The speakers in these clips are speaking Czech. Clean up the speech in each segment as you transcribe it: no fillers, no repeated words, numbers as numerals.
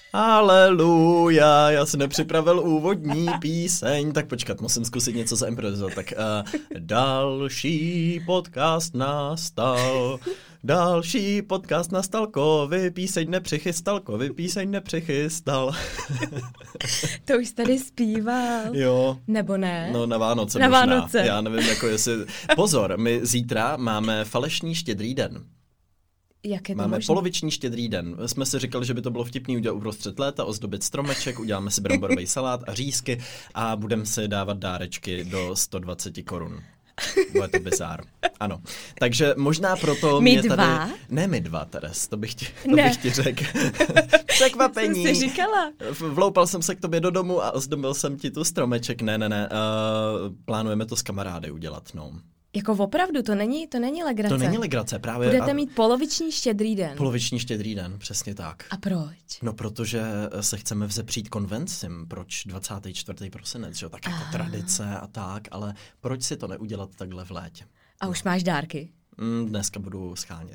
Aleluja, já si nepřipravil úvodní píseň, tak počkat, musím zkusit něco zaimprovizovat. Tak další podcast nastal, kovy píseň nepřichystal. To už tady zpíval. Jo. Nebo ne? No na Vánoce na možná. Vánoce. Já nevím, jako jestli... Pozor, my zítra máme falešný Štědrý den. Jak je to Máme možný? poloviční Štědrý den. Jsme si říkali, že by to bylo vtipný udělat uprostřed léta, ozdobit stromeček, uděláme si bramborový salát a řízky a budeme si dávat dárečky do 120 korun. Bude to bizár. Ano. Takže možná proto My mě dva? tady... Ne my dva, Teres, to bych ti řekl. Překvapení. Jsem si říkala. Vloupal jsem se k tobě do domu a ozdobil jsem ti tu stromeček. Ne. Plánujeme to s kamarády udělat, no. Jako opravdu, to není legrace. To není legrace, právě. Budete mít poloviční Štědrý den. Poloviční Štědrý den, přesně tak. A proč? No, protože se chceme vzepřít konvencím. Proč 24. prosinec, že jo? Tak jako tradice a tak, ale proč si to neudělat takhle v létě? A už máš dárky? Dneska budu schánět.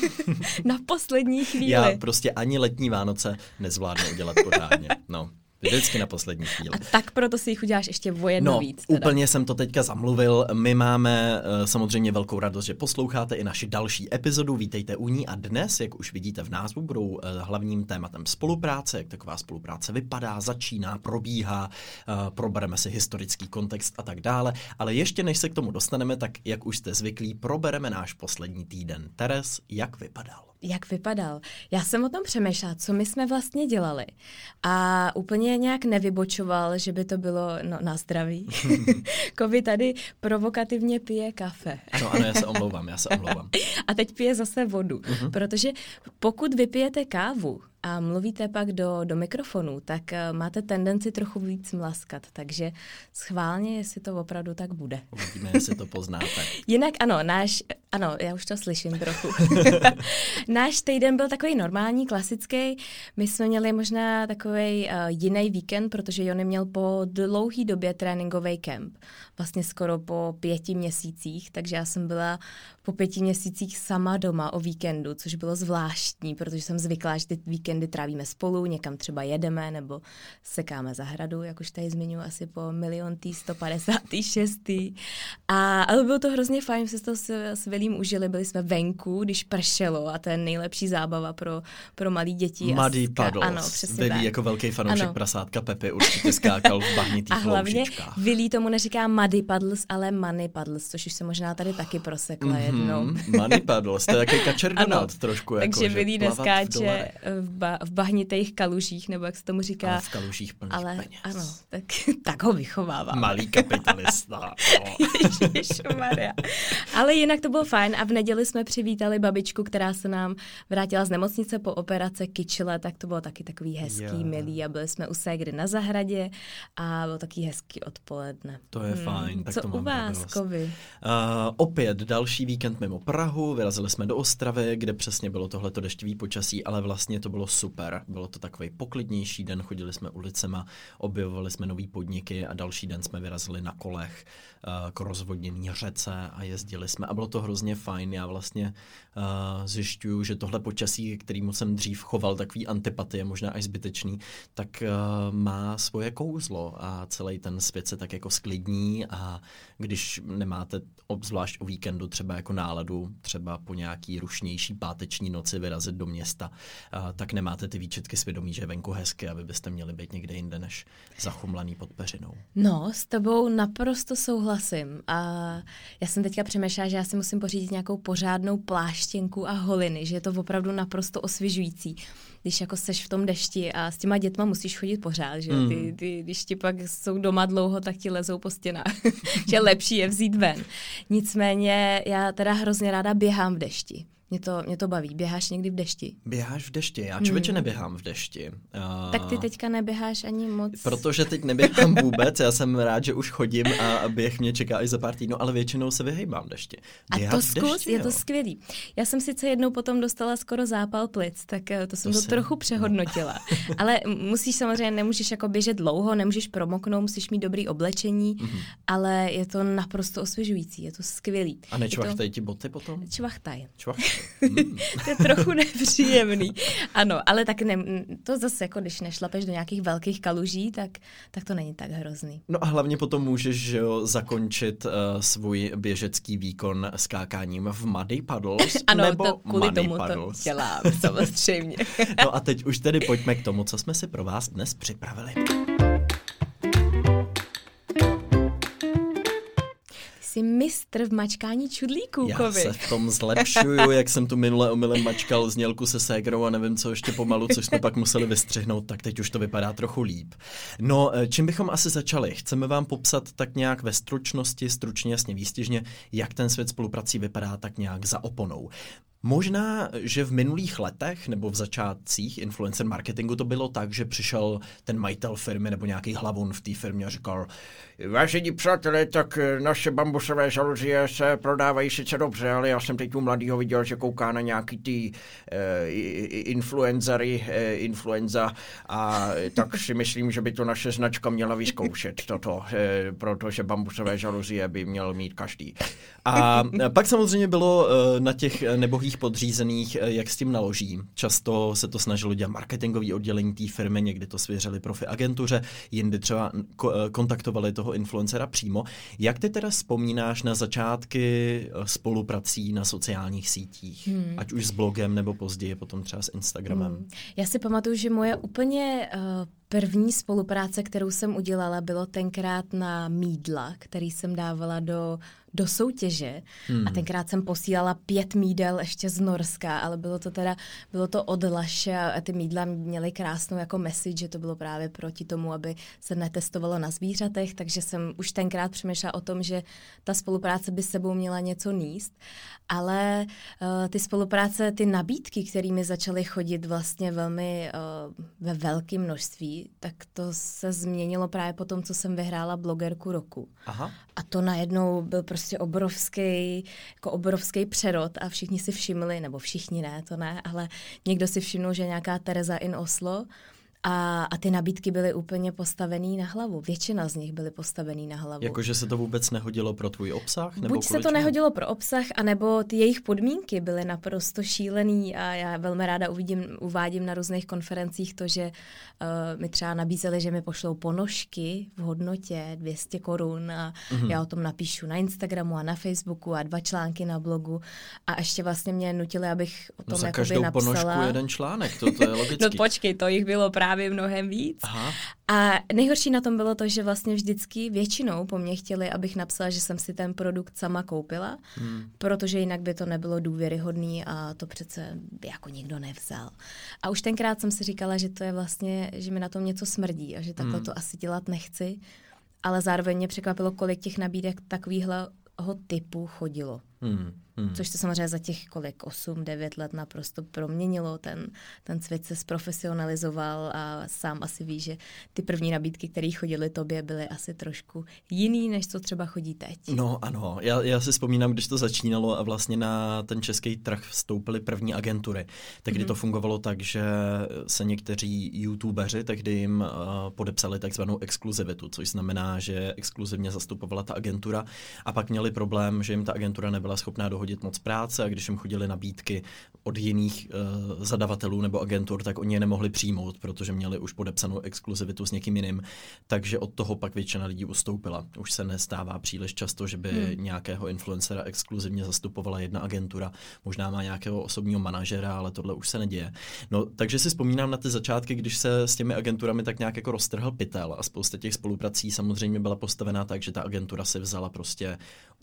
Na poslední chvíli. Já prostě ani letní Vánoce nezvládnu udělat pořádně. No. Vždycky na poslední chvíli. A tak proto si jich uděláš ještě o jedno víc. Teda. Úplně jsem to teďka zamluvil. My máme samozřejmě velkou radost, že posloucháte i naši další epizodu. Vítejte u ní a dnes, jak už vidíte v názvu, budou hlavním tématem spolupráce, jak taková spolupráce vypadá, začíná, probíhá, probereme si historický kontext a tak dále. Ale ještě než se k tomu dostaneme, tak jak už jste zvyklí, probereme náš poslední týden. Teres, jak vypadal? Jak vypadal? Já jsem o tom přemýšlela, co my jsme vlastně dělali. A úplně nějak nevybočoval, že by to bylo na zdraví. Kovy tady provokativně pije kafe. Ano, já se omlouvám. A teď pije zase vodu. Protože pokud vypijete kávu a mluvíte pak do mikrofonu, tak máte tendenci trochu víc mlaskat. Takže schválně, jestli to opravdu tak bude. Uvidíme, jestli to poznáte. Jinak ano, já už to slyším trochu. Náš týden byl takový normální, klasický. My jsme měli možná takový jiný víkend, protože Jony měl po dlouhý době tréninkový kemp. Vlastně skoro po 5 měsících, takže já jsem byla po 5 měsících sama doma o víkendu, což bylo zvláštní, protože jsem zvyklá, že ty víkendy trávíme spolu, někam třeba jedeme nebo sekáme zahradu, jak už tady zmiňuji asi po 156. Ale bylo to hrozně fajn, jsme si to s Vilím užili, byli jsme venku, když pršelo a to je nejlepší zábava pro malý děti. Muddy Puddles. Ano, přesně Vilí tak. jako velký fanoušek prasátka Pepy určitě skákal v bahnitých loužičkách. A hlavně Vilí tomu neříká Muddy Puddles, ale Money Puddles, což už se možná tady taky prosekla jednou. Money Puddles, to je takový kačergonát trošku. Takže jako, Vilí neskáče v bahnitých kalužích, nebo jak se tomu říká. Ale v kalužích plných peněz. Ano, tak ho vychovávám. Malý kapitalista. Ježišmarja. Ale jinak to bylo fajn a v neděli jsme přivítali babičku, která se nám vrátila z nemocnice po operaci kyčle, tak to bylo taky takový hezký, milý a byli jsme u ségry na zahradě a bylo taky hezký odpoledne. To je fajn. Tak co to u vás, Kovy? Opět další víkend mimo Prahu, vyrazili jsme do Ostravy, kde přesně bylo tohleto deštivý počasí, ale vlastně to bylo super. Bylo to takový poklidnější den, chodili jsme ulicema, objevovali jsme nový podniky a další den jsme vyrazili na kolech k rozvodněný řece a jezdili jsme a bylo to hrozně fajn. Já vlastně zjišťuju, že tohle počasí, kterýmu jsem dřív choval takový antipatie, možná až zbytečný, tak má svoje kouzlo a celý ten svět se tak jako sklidní a když nemáte obzvlášť o víkendu třeba jako náladu, třeba po nějaký rušnější páteční noci vyrazit do města, tak nemáte ty výčitky svědomí, že je venku hezky, aby byste měli být někde jinde než zachumlaný pod peřinou. No, s tebou naprosto souhlasím a já jsem teďka přemýšlela, že já si musím pořídit nějakou pořádnou pláštěnku a holiny, že je to opravdu naprosto osvěžující. Když jako seš v tom dešti a s těma dětma musíš chodit pořád, že ty, když ti pak jsou doma dlouho, tak ti lezou po stěnách, že lepší je vzít ven. Nicméně já teda hrozně ráda běhám v dešti. Mě to baví. Běháš někdy v dešti? Běháš v dešti? Já člověče neběhám v dešti. Tak ty teďka neběháš ani moc. Protože teď neběhám vůbec, já jsem rád, že už chodím a běh mě čeká i za pár týdnů, ale většinou se vyhejbám dešti. A to zkus, je to skvělý. Já jsem sice jednou potom dostala skoro zápal plic, tak to jsem to trochu přehodnotila. Ale musíš samozřejmě, nemůžeš jako běžet dlouho, nemůžeš promoknout, musíš mít dobrý oblečení, ale je to naprosto osvěžující, je to skvělý. A nečvachtají ti boty potom? Čvachtaj. To je trochu nepříjemný. Ano, ale tak to zase, jako když nešlapeš do nějakých velkých kaluží, tak to není tak hrozný. No a hlavně potom můžeš, že jo, zakončit svůj běžecký výkon skákáním v muddy puddles, ano, nebo to kvůli money tomu puddles. To dělám, samozřejmě. No a teď už tedy pojďme k tomu, co jsme si pro vás dnes připravili. Jsi mistr v mačkání čudlíků, Já Kovi. se v tom zlepšuju, jak jsem tu minule omylem mačkal znělku se ségrou a nevím co ještě pomalu, což jsme pak museli vystřihnout, tak teď už to vypadá trochu líp. No, čím bychom asi začali? Chceme vám popsat tak nějak ve stručnosti, stručně, jasně, výstižně, jak ten svět spoluprací vypadá tak nějak za oponou. Možná, že v minulých letech nebo v začátcích influencer marketingu to bylo tak, že přišel ten majitel firmy nebo nějaký hlavon v té firmě a říkal: vážení přátelé, tak naše bambusové žaluzie se prodávají sice dobře, ale já jsem teď tu mladýho viděl, že kouká na nějaký ty influenza a tak si myslím, že by to naše značka měla vyzkoušet toto, protože bambusové žaluzie by měl mít každý. A pak samozřejmě bylo na těch nebohých podřízených, jak s tím naloží. Často se to snažilo dělat marketingový oddělení té firmy, někdy to svěřili profi agentuře, jindy třeba kontaktovali toho influencera přímo. Jak ty teda vzpomínáš na začátky spoluprací na sociálních sítích? Ať už s blogem, nebo později potom třeba s Instagramem. Já si pamatuju, že moje úplně první spolupráce, kterou jsem udělala, bylo tenkrát na mídla, který jsem dávala do soutěže. A tenkrát jsem posílala 5 mídel ještě z Norska, ale bylo to od Laše a ty mídla měly krásnou jako message, že to bylo právě proti tomu, aby se netestovalo na zvířatech, takže jsem už tenkrát přemýšlela o tom, že ta spolupráce by s sebou měla něco nést, ale ty spolupráce, ty nabídky, kterými začaly chodit vlastně velmi ve velkém množství, tak to se změnilo právě po tom, co jsem vyhrála blogerku roku. Aha. A to najednou byl prostě obrovský přerod a všichni si všimli, nebo všichni ne, to ne, ale někdo si všimnul, že nějaká Tereza in Oslo a ty nabídky byly úplně postavený na hlavu. Většina z nich byly postavený na hlavu. Jakože se to vůbec nehodilo pro tvůj obsah? Nebo buď se to nehodilo pro obsah, anebo ty jejich podmínky byly naprosto šílený a já velmi ráda uvádím na různých konferencích to, že mi třeba nabízeli, že mi pošlou ponožky v hodnotě 200 korun a já o tom napíšu na Instagramu a na Facebooku a 2 články na blogu a ještě vlastně mě nutili, abych o tom za jakoby každou napsala. ponožku jeden článek, to je logický. No počkej, to jich bylo právě mnohem víc. Aha. A nejhorší na tom bylo to, že vlastně vždycky většinou po mně chtěli, abych napsala, že jsem si ten produkt sama koupila, protože jinak by to nebylo důvěryhodný a to přece jako nikdo nevzal. A už tenkrát jsem si říkala, že to je vlastně, že mi na tom něco smrdí a že takhle to asi dělat nechci, ale zároveň mě překvapilo, kolik těch nabídek takovýhleho typu chodilo. Což se samozřejmě za těch 8-9 let naprosto proměnilo. Ten svět se zprofesionalizoval a sám asi ví, že ty první nabídky, které chodily tobě, byly asi trošku jiný, než co třeba chodí teď. No ano, já si vzpomínám, když to začínalo a vlastně na ten český trh vstoupily první agentury. Tehdy to fungovalo tak, že se někteří youtubeři tehdy jim podepsali takzvanou exkluzivitu, což znamená, že exkluzivně zastupovala ta agentura a pak měli problém, že jim ta agentura nebyla schopná dohodit moc práce a když jim chodily nabídky od jiných zadavatelů nebo agentur, tak oni je nemohli přijmout, protože měli už podepsanou exkluzivitu s někým jiným. Takže od toho pak většina lidí ustoupila. Už se nestává příliš často, že by nějakého influencera exkluzivně zastupovala jedna agentura. Možná má nějakého osobního manažera, ale tohle už se neděje. No, takže si vzpomínám na ty začátky, když se s těmi agenturami tak nějak jako roztrhl pytel a spousta těch spoluprací samozřejmě byla postavená tak, že ta agentura si vzala prostě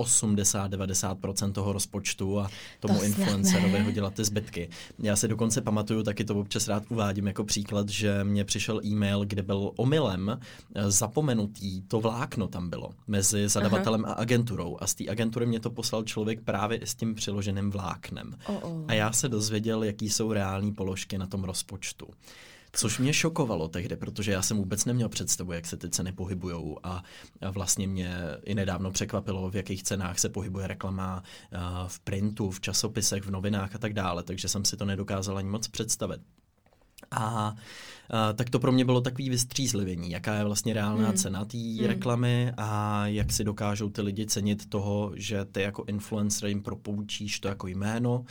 80-90% toho rozpočtu a tomu influencerovi hodila ty zbytky. Já si dokonce pamatuju, taky to občas rád uvádím jako příklad, že mně přišel e-mail, kde byl omylem zapomenutý, to vlákno tam bylo mezi zadavatelem a agenturou a z té agentury mě to poslal člověk právě s tím přiloženým vláknem. A já se dozvěděl, jaký jsou reální položky na tom rozpočtu. Což mě šokovalo tehdy, protože já jsem vůbec neměl představu, jak se ty ceny pohybujou a vlastně mě i nedávno překvapilo, v jakých cenách se pohybuje reklama v printu, v časopisech, v novinách a tak dále, takže jsem si to nedokázal ani moc představit. Tak to pro mě bylo takový vystřízlivění, jaká je vlastně reálná cena té reklamy a jak si dokážou ty lidi cenit toho, že ty jako influencer jim propůjčíš to jako jméno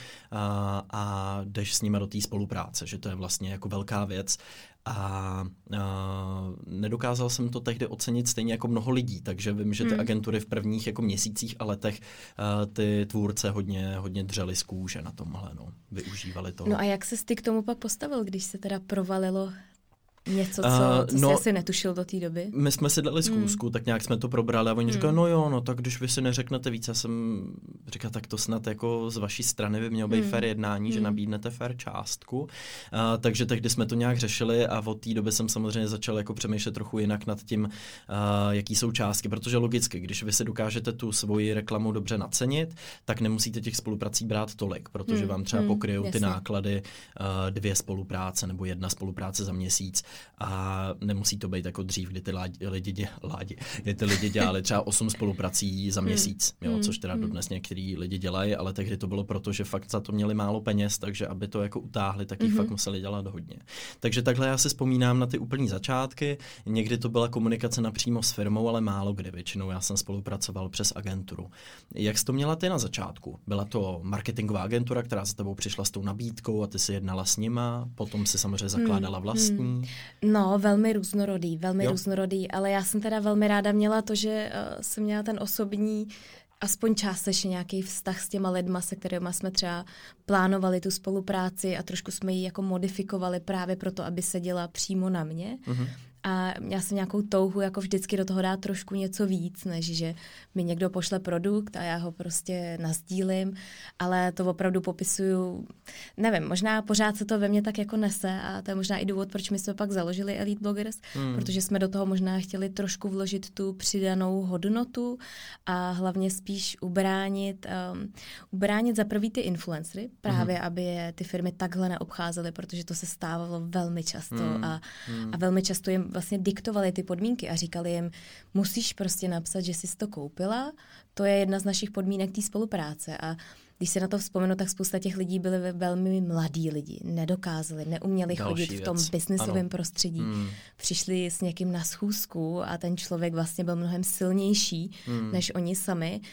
a jdeš s nimi do té spolupráce, že to je vlastně jako velká věc. A nedokázal jsem to tehdy ocenit stejně jako mnoho lidí, takže vím, že ty agentury v prvních jako měsících a letech ty tvůrce hodně dřeli z kůže na tomhle, využívali to. No a jak se ty k tomu pak postavil, když se teda provalilo něco, co jsi asi netušil do té doby? My jsme si dali schůzku, tak nějak jsme to probrali a oni říkali, tak když vy si neřeknete víc, já jsem říkal, tak to snad jako z vaší strany by mělo být fair jednání, že nabídnete fair částku. Takže tehdy jsme to nějak řešili a od té doby jsem samozřejmě začal jako přemýšlet trochu jinak nad tím, jaký jsou částky, protože logicky, když vy si dokážete tu svoji reklamu dobře nacenit, tak nemusíte těch spoluprací brát tolik, protože vám třeba pokryjou ty náklady 2 spolupráce nebo 1 spolupráce za měsíc. A nemusí to být jako dřív, kdy ty lidi dělali třeba 8 spoluprací za měsíc, což teda dodnes některý lidi dělají, ale tehdy to bylo proto, že fakt za to měli málo peněz, takže aby to jako utáhli, tak jich fakt museli dělat hodně. Takže takhle já si vzpomínám na ty úplný začátky, někdy to byla komunikace napřímo s firmou, ale málo kdy, většinou já jsem spolupracoval přes agenturu. Jak jsi to měla ty na začátku? Byla to marketingová agentura, která za tebou přišla s tou nabídkou a ty si jednala s nima, potom si samozřejmě zakládala vlastní? No, velmi různorodý, ale já jsem teda velmi ráda měla to, že jsem měla ten osobní, aspoň částečně nějaký vztah s těma lidma, se kterými jsme třeba plánovali tu spolupráci a trošku jsme ji jako modifikovali právě proto, aby seděla přímo na mě. A já jsem nějakou touhu jako vždycky do toho dát trošku něco víc, než že mi někdo pošle produkt a já ho prostě nasdílím, ale to opravdu popisuju, nevím, možná pořád se to ve mně tak jako nese a to je možná i důvod, proč my jsme pak založili Elite Bloggers, protože jsme do toho možná chtěli trošku vložit tu přidanou hodnotu a hlavně spíš ubránit za prvý ty influencery, právě aby je ty firmy takhle neobcházely, protože to se stávalo velmi často a velmi často jim vlastně diktovali ty podmínky a říkali jim, musíš prostě napsat, že jsi to koupila, to je jedna z našich podmínek té spolupráce a když se na to vzpomenu, tak spousta těch lidí byli velmi mladí lidi, nedokázali, neuměli chodit v tom biznisovém prostředí. Přišli s někým na schůzku a ten člověk vlastně byl mnohem silnější než oni sami.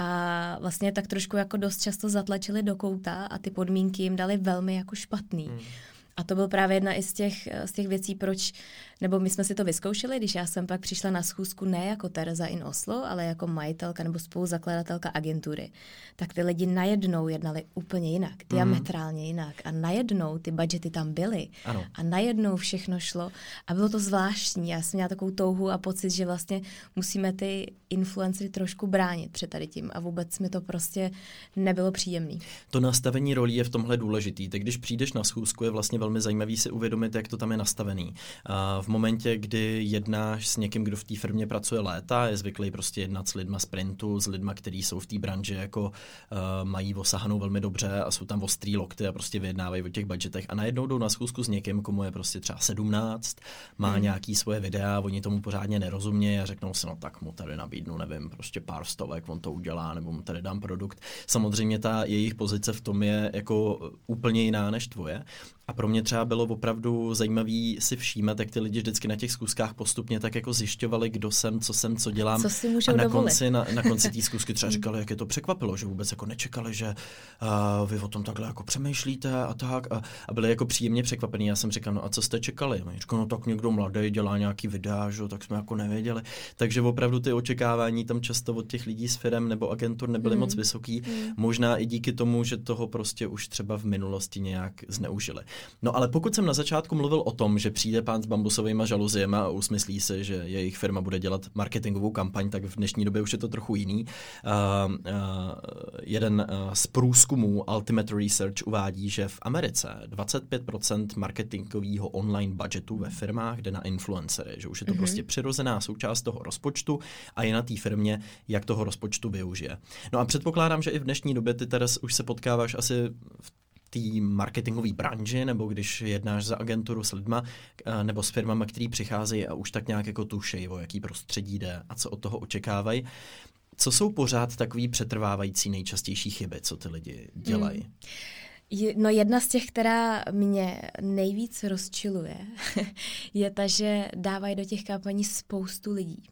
A vlastně tak trošku jako dost často zatlačili do kouta a ty podmínky jim dali velmi jako špatný. A to byl právě jedna i z těch věcí, proč, nebo my jsme si to vyzkoušeli, když já jsem pak přišla na schůzku ne jako Tereza in Oslo, ale jako majitelka nebo spoluzakladatelka agentury. Tak ty lidi najednou jednali úplně jinak, diametrálně jinak. A najednou ty budgety tam byly. Ano. A najednou všechno šlo. A bylo to zvláštní. Já jsem měla takovou touhu a pocit, že vlastně musíme ty influencery trošku bránit před tady tím. A vůbec mi to prostě nebylo příjemný. To nastavení rolí je v tomhle důležitý. Tak když přijdeš na schůzku, je vlastně velmi zajímavý si uvědomit, jak to tam je nastavený. V momentě, kdy jednáš s někým, kdo v té firmě pracuje léta, je zvyklý prostě jednat s lidma z printu, s lidma, kteří jsou v té branži jako mají osahanou velmi dobře a jsou tam ostrý lokty a prostě vyjednávají o těch budgetech a najednou jdou na schůzku s někým, komu je prostě třeba 17, má nějaký svoje videa, oni tomu pořádně nerozumějí a řeknou si, no tak mu tady nabídnu, nevím, prostě pár stovek, on to udělá, nebo mu tady dám produkt. Samozřejmě ta jejich pozice v tom je jako úplně jiná než tvoje. A pro mě třeba bylo opravdu zajímavý si všímat, jak ty lidi vždycky na těch schůzkách postupně tak jako zjišťovali, kdo jsem, co dělám. Co si můžou dovolit. Na konci té schůzky třeba říkali, jak je to překvapilo, že vůbec jako nečekali, že vy o tom takhle jako přemýšlíte a tak. A byli jako příjemně překvapení. Já jsem říkal, no a co jste čekali? A říkal, no tak někdo mladý dělá nějaký videa, že? Tak jsme jako nevěděli. Takže opravdu ty očekávání tam často od těch lidí z firem nebo agentur nebyly moc vysoký. Možná i díky tomu, že toho prostě už třeba v minulosti nějak zneužili. No ale pokud jsem na začátku mluvil o tom, že přijde pán s bambusovými žaluziemi a usmyslí se, že jejich firma bude dělat marketingovou kampaň, tak v dnešní době už je to trochu jiný. Jeden z průzkumů Ultimate Research uvádí, že v Americe 25% marketingového online budgetu ve firmách jde na influencery, že už je to prostě přirozená součást toho rozpočtu a je na té firmě, jak toho rozpočtu využije. No a předpokládám, že i v dnešní době ty teraz už se potkáváš asi v té marketingové branži, nebo když jednáš za agenturu s lidma nebo s firmami, který přicházejí a už tak nějak jako tušejí, o jaký prostředí jde a co od toho očekávají. Co jsou pořád takový přetrvávající nejčastější chyby, co ty lidi dělají? No jedna z těch, která mě nejvíc rozčiluje, je ta, že dávají do těch kampaní spoustu lidí.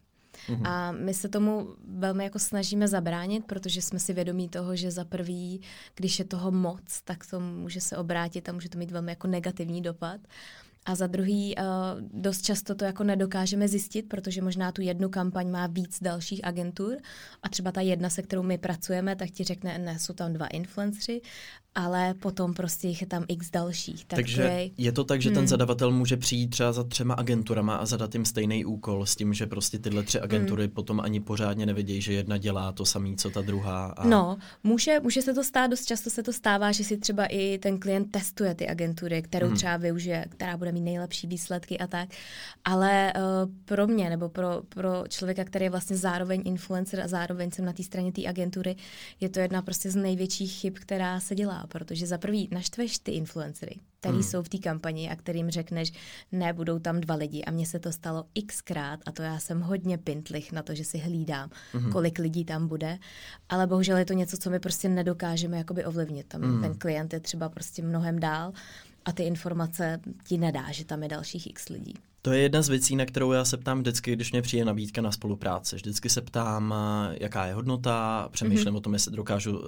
A my se tomu velmi jako snažíme zabránit, protože jsme si vědomí toho, že za prvý, když je toho moc, tak to může se obrátit a může to mít velmi jako negativní dopad. A za druhý, dost často to jako nedokážeme zjistit, protože možná tu jednu kampaň má víc dalších agentur a třeba ta jedna, se kterou my pracujeme, tak ti řekne, ne, jsou tam 2 influenceri, ale potom prostě jich je tam x dalších. Takže je to tak, že ten zadavatel může přijít třeba za 3 agenturama a zadat jim stejný úkol s tím, že prostě tyhle 3 agentury potom ani pořádně nevědějí, že jedna dělá to samé, co ta druhá. A... No, může se to stát, dost často se to stává, že si třeba i ten klient testuje ty agentury, kterou třeba využije, která bude mít nejlepší výsledky a tak. Ale pro mě, nebo pro člověka, který je vlastně zároveň influencer a zároveň jsem na té straně té agentury, je to jedna prostě z největších chyb, která se dělá, protože za prvý naštveš ty influencery, který jsou v té kampani a kterým řekneš, ne, budou tam 2 lidi a mně se to stalo xkrát a to já jsem hodně pintlich na to, že si hlídám, kolik lidí tam bude, ale bohužel je to něco, co my prostě nedokážeme jakoby ovlivnit. Tam ten klient je třeba prostě mnohem dál a ty informace ti nedá, že tam je dalších x lidí. To je jedna z věcí, na kterou já se ptám vždycky, když mě přijde nabídka na spolupráci. Vždycky se ptám, jaká je hodnota, přemýšlím o tom, jestli dokážu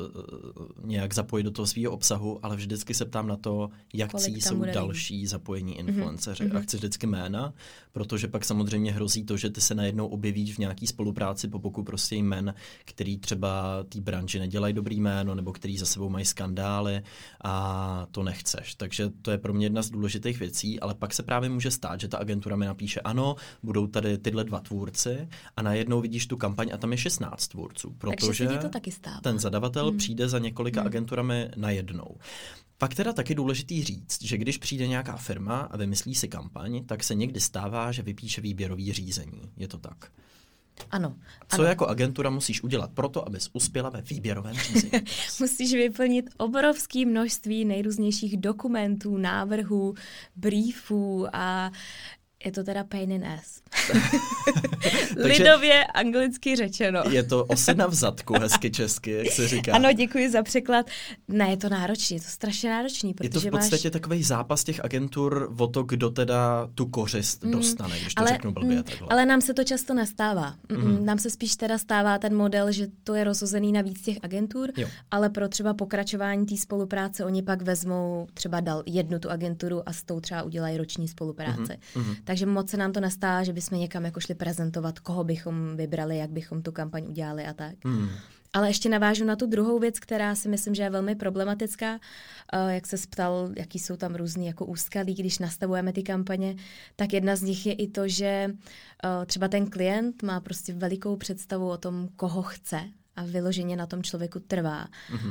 nějak zapojit do toho svého obsahu, ale vždycky se ptám na to, jak jsou další zapojení influenceři. A chci vždycky jména, protože pak samozřejmě hrozí to, že ty se najednou objevíš v nějaký spolupráci po boku prostě jmen, který třeba té branži nedělají dobrý jméno, nebo který za sebou mají skandály a to nechceš. Takže to je pro mě jedna z důležitých věcí, ale pak se právě může stát, že ta agentura mi napíše, ano, budou tady tyhle 2 tvůrci a najednou vidíš tu kampaň a tam je 16 tvůrců, protože to taky stává. Ten zadavatel přijde za několika agenturami najednou. Pak teda taky důležitý říct, že když přijde nějaká firma a vymyslí si kampaň, tak se někdy stává, že vypíše výběrový řízení. Je to tak? Ano. Co jako agentura musíš udělat proto, abys uspěla ve výběrovém řízení? Musíš vyplnit obrovské množství nejrůznějších dokumentů, návrhů, briefů a je to teda pain in ass. Lidově anglicky řečeno. Je to osina v zadku, hezky česky, jak se říká. Ano, děkuji za překlad. Ne, je to náročný, je to strašně náročný. Je to v podstatě takový zápas těch agentur o to, kdo teda tu kořist dostane, když to řeknu blbě takhle. Ale nám se to často nestává. Nám se spíš teda stává ten model, že to je rozhozený na víc těch agentur, ale pro třeba pokračování té spolupráce oni pak vezmou třeba jednu tu agenturu a s tou třeba udělají roční spolupráci. Takže moc se nám to nestává, že bychom někam jako šli prezentovat, koho bychom vybrali, jak bychom tu kampaň udělali a tak. Ale ještě navážu na tu druhou věc, která si myslím, že je velmi problematická. Jak se ptal, jaký jsou tam různý jako úskalí, když nastavujeme ty kampaně, tak jedna z nich je i to, že třeba ten klient má prostě velikou představu o tom, koho chce a vyloženě na tom člověku trvá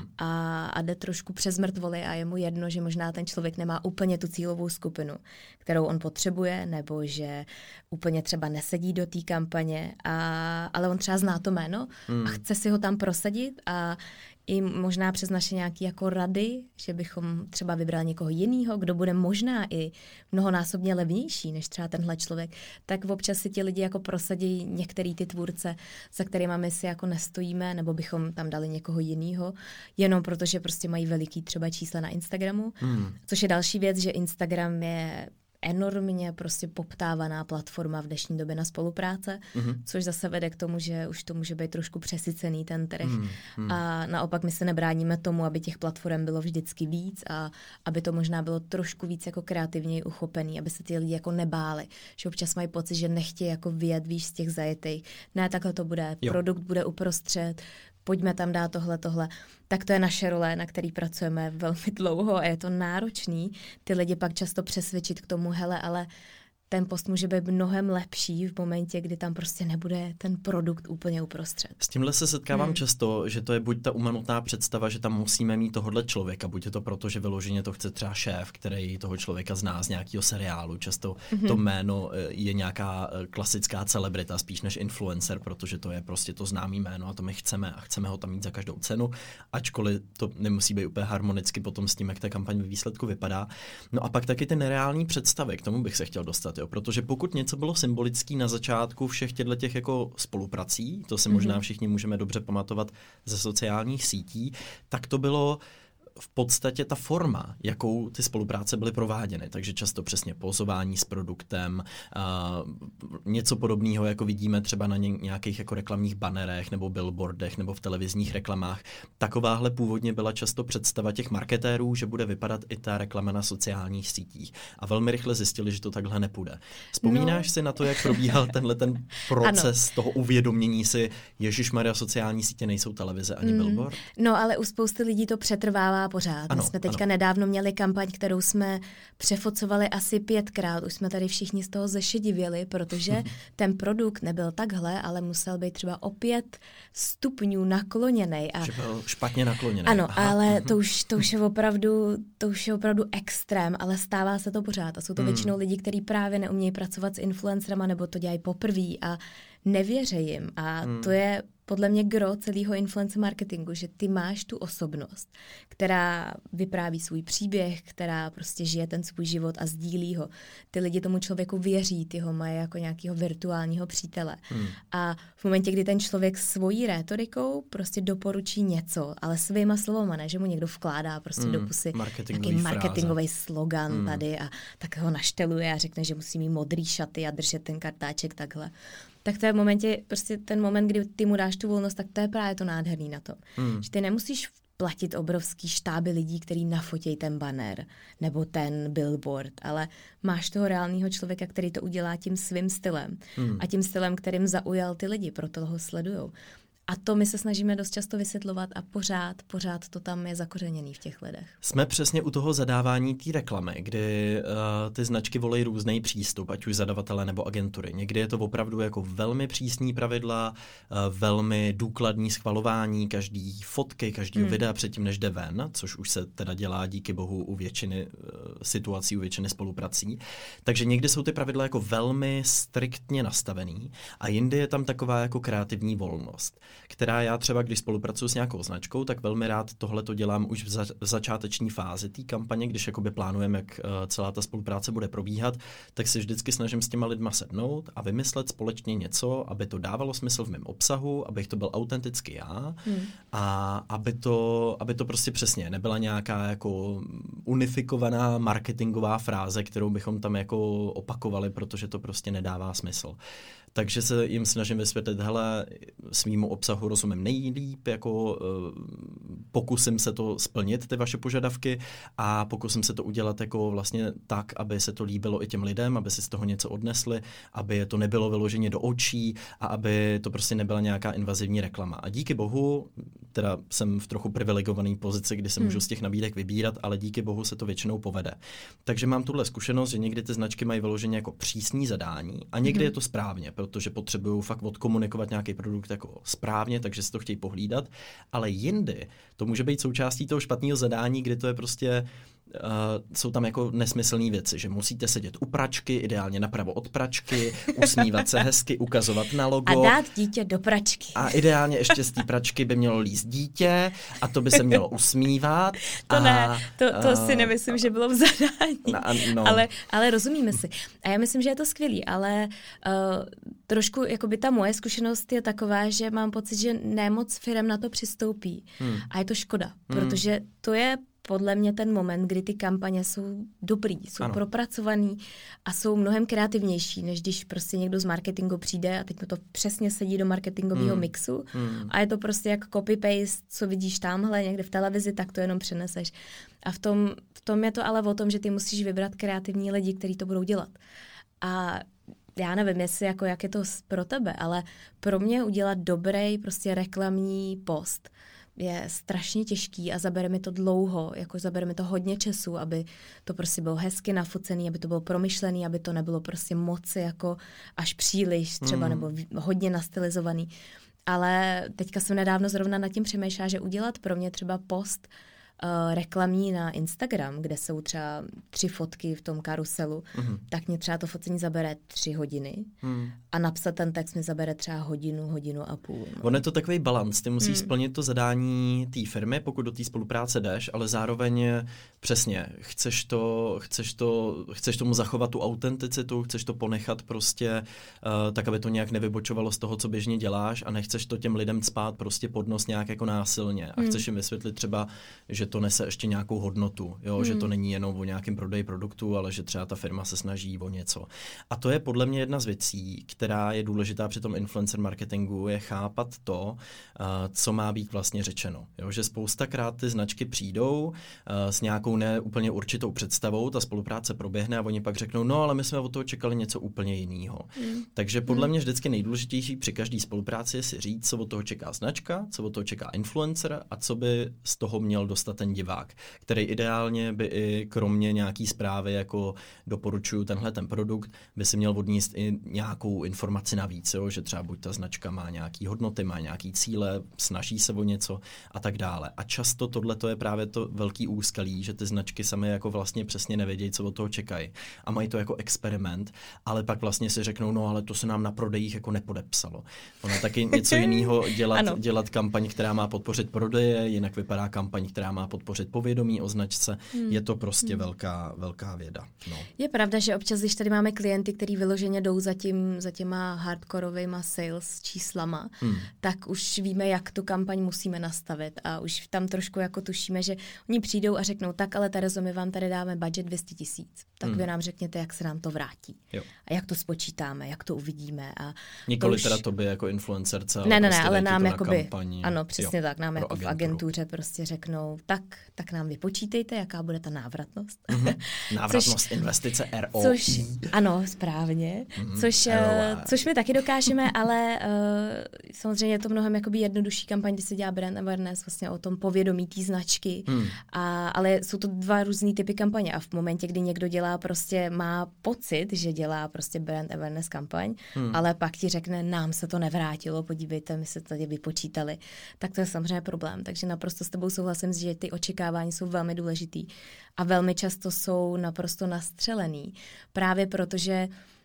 a jde trošku přes mrtvoly a je mu jedno, že možná ten člověk nemá úplně tu cílovou skupinu, kterou on potřebuje, nebo že úplně třeba nesedí do té kampaně, ale on třeba zná to jméno a chce si ho tam prosadit a i možná přes naše nějaké jako rady, že bychom třeba vybrali někoho jiného, kdo bude možná i mnohonásobně levnější než třeba tenhle člověk, tak občas si ti lidi jako prosadí některý ty tvůrce, za kterýma my si jako nestojíme, nebo bychom tam dali někoho jiného, jenom protože prostě mají veliký třeba čísla na Instagramu, což je další věc, že Instagram je enormně prostě poptávaná platforma v dnešní době na spolupráce, což zase vede k tomu, že už to může být trošku přesycený ten trh. A naopak my se nebráníme tomu, aby těch platform bylo vždycky víc a aby to možná bylo trošku víc jako kreativněji uchopený, aby se ty lidi jako nebáli, že občas mají pocit, že nechtějí jako vyjet víc z těch zajetých. Ne, takhle to bude, produkt bude uprostřed, pojďme tam dát tohle. Tak to je naše role, na který pracujeme velmi dlouho a je to náročný. Ty lidi pak často přesvědčit k tomu, hele, ale ten post může být mnohem lepší v momentě, kdy tam prostě nebude ten produkt úplně uprostřed. S tímhle se setkávám často, že to je buď ta umanutná představa, že tam musíme mít tohohle člověka, buď je to proto, že vyloženě to chce třeba šéf, který toho člověka zná z nějakého seriálu. Často to jméno je nějaká klasická celebrita, spíš než influencer, protože to je prostě to známý jméno a to my chceme a chceme ho tam mít za každou cenu, ačkoliv to nemusí být úplně harmonicky potom s tím, jak ta kampaň ve výsledku vypadá. No a pak taky ty nereální představy, k tomu bych se chtěl dostat. Jo, protože pokud něco bylo symbolický na začátku všech těchto jako spoluprací, to si možná všichni můžeme dobře pamatovat ze sociálních sítí, tak to bylo v podstatě ta forma, jakou ty spolupráce byly prováděny, takže často přesně pozování s produktem, něco podobného, jako vidíme třeba na nějakých jako reklamních banerech nebo billboardech nebo v televizních reklamách. Takováhle původně byla často představa těch marketérů, že bude vypadat i ta reklama na sociálních sítích. A velmi rychle zjistili, že to takhle nepůjde. Vzpomínáš si na to, jak probíhal ten proces toho uvědomění si, ježišmarja, sociální sítě nejsou televize ani billboard? No, ale u spousty lidí to přetrvává pořád. My jsme teďka nedávno měli kampaň, kterou jsme přefocovali asi 5krát. Už jsme tady všichni z toho zešedivěli, protože ten produkt nebyl takhle, ale musel být třeba o 5 stupňů nakloněnej. Že byl špatně nakloněný. Ano, ale to už je opravdu extrém, ale stává se to pořád. A jsou to většinou lidi, kteří právě neumějí pracovat s influencerama nebo to dělají poprvé a nevěří jim. A to je podle mě gro celého influencer marketingu, že ty máš tu osobnost, která vypráví svůj příběh, která prostě žije ten svůj život a sdílí ho. Ty lidi tomu člověku věří, ty ho mají jako nějakého virtuálního přítele. A v momentě, kdy ten člověk svojí rétorikou prostě doporučí něco, ale svýma slovama, ne, že mu někdo vkládá prostě do pusy nějaký marketingový slogan tady a tak ho našteluje a řekne, že musí mít modrý šaty a držet ten kartáček takhle. Tak to je v momentě, prostě ten moment, kdy ty mu dáš tu volnost, tak to je právě to nádherný na to. Že ty nemusíš platit obrovský štáby lidí, který nafotějí ten banner nebo ten billboard, ale máš toho reálného člověka, který to udělá tím svým stylem a tím stylem, kterým zaujal ty lidi, proto ho sledujou. A to my se snažíme dost často vysvětlovat a pořád to tam je zakořeněný v těch lidech. Jsme přesně u toho zadávání té reklamy, kdy ty značky volí různý přístup, ať už zadavatele nebo agentury. Někdy je to opravdu jako velmi přísný pravidla, velmi důkladní schvalování každý fotky, každého videa předtím, než jde ven, což už se teda dělá díky bohu u většiny situací, u většiny spoluprací. Takže někdy jsou ty pravidla jako velmi striktně nastavený a jindy je tam taková jako kreativní volnost, která já třeba, když spolupracuji s nějakou značkou, tak velmi rád tohle to dělám už v začáteční fázi té kampaně, když jakoby plánujeme, jak celá ta spolupráce bude probíhat, tak si vždycky snažím s těma lidma sednout a vymyslet společně něco, aby to dávalo smysl v mém obsahu, abych to byl autenticky já a aby to prostě přesně nebyla nějaká jako unifikovaná marketingová fráze, kterou bychom tam jako opakovali, protože to prostě nedává smysl. Takže se jim snažím vysvětlit, hele, svýmu obsahu rozumím nejlíp, jako pokusím se to splnit, ty vaše požadavky a pokusím se to udělat jako vlastně tak, aby se to líbilo i těm lidem, aby si z toho něco odnesli, aby to nebylo vyloženě do očí a aby to prostě nebyla nějaká invazivní reklama. A díky bohu, teda jsem v trochu privilegované pozici, kdy se můžu z těch nabídek vybírat, ale díky bohu se to většinou povede. Takže mám tuhle zkušenost, že někdy ty značky mají vyloženě jako přísný zadání a někdy je to správně, protože potřebují fakt odkomunikovat nějaký produkt jako správně, takže si to chtějí pohlídat, ale jindy to může být součástí toho špatného zadání, kdy to je prostě jsou tam jako nesmyslné věci, že musíte sedět u pračky, ideálně napravo od pračky, usmívat se hezky, ukazovat na logo. A dát dítě do pračky. A ideálně ještě z té pračky by mělo líst dítě a to by se mělo usmívat. To si nemyslím, že bylo v zadání. No. Ale rozumíme si. A já myslím, že je to skvělý, ale trošku jakoby ta moje zkušenost je taková, že mám pocit, že nemoc firem na to přistoupí. A je to škoda, protože to je podle mě ten moment, kdy ty kampaně jsou dobrý, jsou propracovaný a jsou mnohem kreativnější, než když prostě někdo z marketingu přijde a teď mu to přesně sedí do marketingového mixu a je to prostě jak copy-paste, co vidíš tamhle někde v televizi, tak to jenom přeneseš. A v tom je to ale o tom, že ty musíš vybrat kreativní lidi, kteří to budou dělat. A já nevím, jestli jako jak je to pro tebe, ale pro mě udělat dobrý prostě reklamní post je strašně těžký a zabere mi to dlouho, jako zabere mi to hodně času, aby to prostě bylo hezky nafocený, aby to bylo promyšlený, aby to nebylo prostě moc jako až příliš třeba nebo hodně nastylizovaný. Ale teďka jsem nedávno zrovna nad tím přemýšlela, že udělat pro mě třeba post reklamní na Instagram, kde jsou třeba 3 fotky v tom karuselu, tak mě třeba to focení zabere 3 hodiny a napsat ten text mi zabere třeba hodinu a půl. No. On je to takový balans, ty musíš splnit to zadání té firmy, pokud do té spolupráce jdeš, ale zároveň přesně, chceš tomu zachovat tu autenticitu, chceš to ponechat prostě tak, aby to nějak nevybočovalo z toho, co běžně děláš a nechceš to těm lidem cpát prostě pod nos nějak jako násilně a chceš jim vysvětlit třeba, že to nese ještě nějakou hodnotu, jo? Že to není jenom o nějakém prodeji produktu, ale že třeba ta firma se snaží o něco. A to je podle mě jedna z věcí, která je důležitá při tom influencer marketingu, je chápat to, co má být vlastně řečeno. Jo? Že spoustakrát ty značky přijdou s nějakou neúplně určitou představou, ta spolupráce proběhne a oni pak řeknou, no ale my jsme od toho čekali něco úplně jiného. Takže podle mě vždycky nejdůležitější při každé spolupráci je si říct, co od toho čeká značka, co od toho čeká influencer a co by z toho měl dostat ten divák, který ideálně by i kromě nějaký zprávy, jako doporučuju tenhle ten produkt, by si měl odníst i nějakou informaci navíc, jo? Že třeba buď ta značka má nějaký hodnoty, má nějaký cíle, snaží se o něco a tak dále. A často tohle je právě to velký úskalí, že ty značky sami jako vlastně přesně nevědějí, co od toho čekají. A mají to jako experiment, ale pak vlastně si řeknou, no ale to se nám na prodejích jako nepodepsalo. Ono taky něco jiného dělat kampaň, která má podpořit prodeje, jinak vypadá kampaň, která má podpořit povědomí o značce. Je to prostě velká věda. No. Je pravda, že občas, když tady máme klienty, kteří vyloženě jdou za těma hardkorovejma sales číslama, tak už víme, jak tu kampaň musíme nastavit a už tam trošku jako tušíme, že oni přijdou a řeknou, tak ale Terezo, my vám tady dáme budget 200 000, tak vy nám řekněte, jak se nám to vrátí. Jo. A jak to spočítáme, jak to uvidíme. A nikoli teda tobě jako influencerce, ale prostě ale nám na jakoby, kampani. ano, přesně tak, nám jako v agentuře prostě řeknou, tak nám vypočítejte, jaká bude ta návratnost. Návratnost investice ROI. Což, ano, správně. Což my taky dokážeme, ale samozřejmě je to mnohem jakoby jednodušší kampaň, kdy se dělá brand awareness vlastně o tom povědomí té značky. Ale jsou to dva různý typy kampaně a v momentě, kdy někdo dělá prostě, má pocit, že dělá prostě brand awareness kampaň, ale pak ti řekne, nám se to nevrátilo, podívejte, my se tady vypočítali, tak to je samozřejmě problém. Takže naprosto s tebou souhlasím, že ty očekávání jsou velmi důležitý a velmi často jsou naprosto nastřelený. Právě protože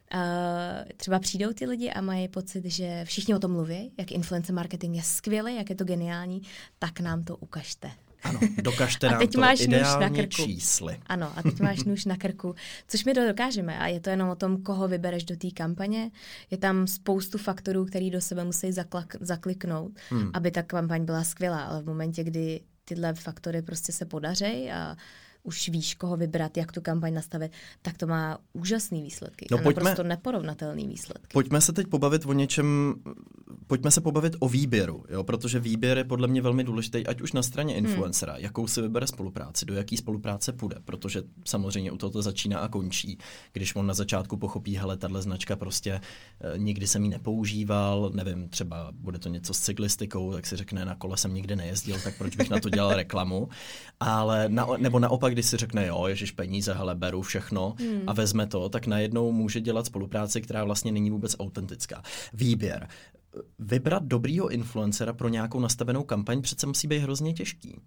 třeba přijdou ty lidi a mají pocit, že všichni o tom mluví, jak influencer marketing je skvělý, jak je to geniální, tak nám to ukažte. Ano, dokažte nám to ideálně čísly. Ano, a teď máš nůž na krku, což my to dokážeme a je to jenom o tom, koho vybereš do té kampaně. Je tam spoustu faktorů, který do sebe musí zakliknout, aby ta kampaň byla skvělá, ale v momentě, kdy tyhle faktory prostě se podaří a už víš, koho vybrat, jak tu kampaň nastavit, tak to má úžasný výsledky. No, naprosto neporovnatelný výsledky. Pojďme se teď pobavit o něčem, pojďme se pobavit o výběru, jo? Protože výběr je podle mě velmi důležitý, ať už na straně influencera, jakou si vybere spolupráci, do jaký spolupráce půjde, protože samozřejmě u toho to začíná a končí. Když on na začátku pochopí, hele, tahle značka prostě nikdy jsem ji nepoužíval, nevím, třeba bude to něco s cyklistikou, tak si řekne, na kole jsem nikdy nejezdil, tak proč bych na to dělal reklamu, ale nebo naopak, když si řekne, jo, ježiš, peníze, hele, beru všechno a vezme to, tak najednou může dělat spolupráci, která vlastně není vůbec autentická. Výběr. Vybrat dobrýho influencera pro nějakou nastavenou kampaň přece musí být hrozně těžký.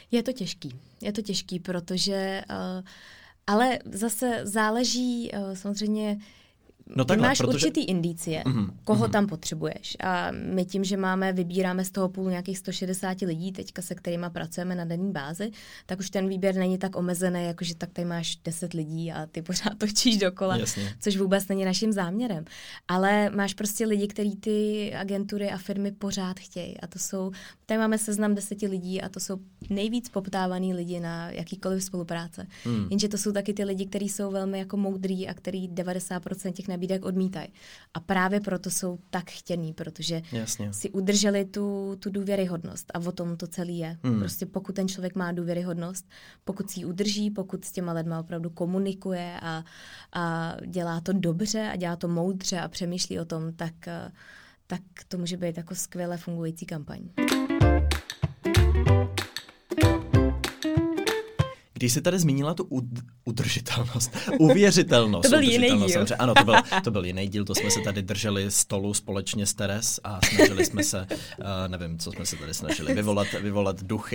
Je to těžký, protože ale zase záleží samozřejmě. No takhle, máš určitý indicie, koho tam potřebuješ. A my tím, že vybíráme z toho půl nějakých 160 lidí, teďka se kterýma pracujeme na denní bázi, tak už ten výběr není tak omezený, jakože tak tady máš 10 lidí a ty pořád točíš dokola, což vůbec není naším záměrem. Ale máš prostě lidi, který ty agentury a firmy pořád chtějí. A to jsou, tady máme seznam 10 lidí a to jsou nejvíc poptávaný lidi na jakýkoliv spolupráce. Jenže to jsou taky ty lidi, kteří jsou velmi jako moudrý a který 90% těch nabídek odmítají. A právě proto jsou tak chtěný, protože si udrželi tu důvěryhodnost a o tom to celý je. Prostě pokud ten člověk má důvěryhodnost, pokud si ji udrží, pokud s těma lidma opravdu komunikuje a dělá to dobře a dělá to moudře a přemýšlí o tom, tak to může být jako skvěle fungující kampaň. Když jsi tady zmínila tu udržitelnost, uvěřitelnost. To byl jiný díl. Ano, to byl jiný díl, to jsme se tady drželi stolu společně s Teres a snažili jsme se, nevím, co jsme se tady snažili, vyvolat duchy.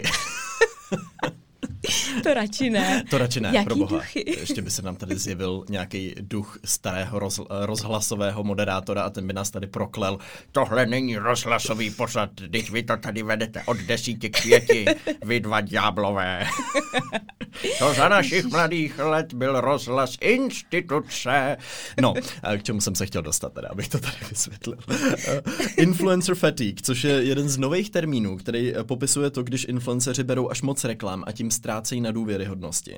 To radši ne. Jaký pro boha. Duchy? Ještě by se nám tady zjevil nějaký duch starého rozhlasového moderátora a ten by nás tady proklel. Tohle není rozhlasový pořad, teď vy to tady vedete od 10 k 5, vy dva ďáblové. To za našich mladých let byl rozhlas instituce. No, k čemu jsem se chtěl dostat teda, abych to tady vysvětlil. Influencer fatigue, což je jeden z nových termínů, který popisuje to, když influenceři berou až moc reklam a tím ztrácejí na důvěryhodnosti.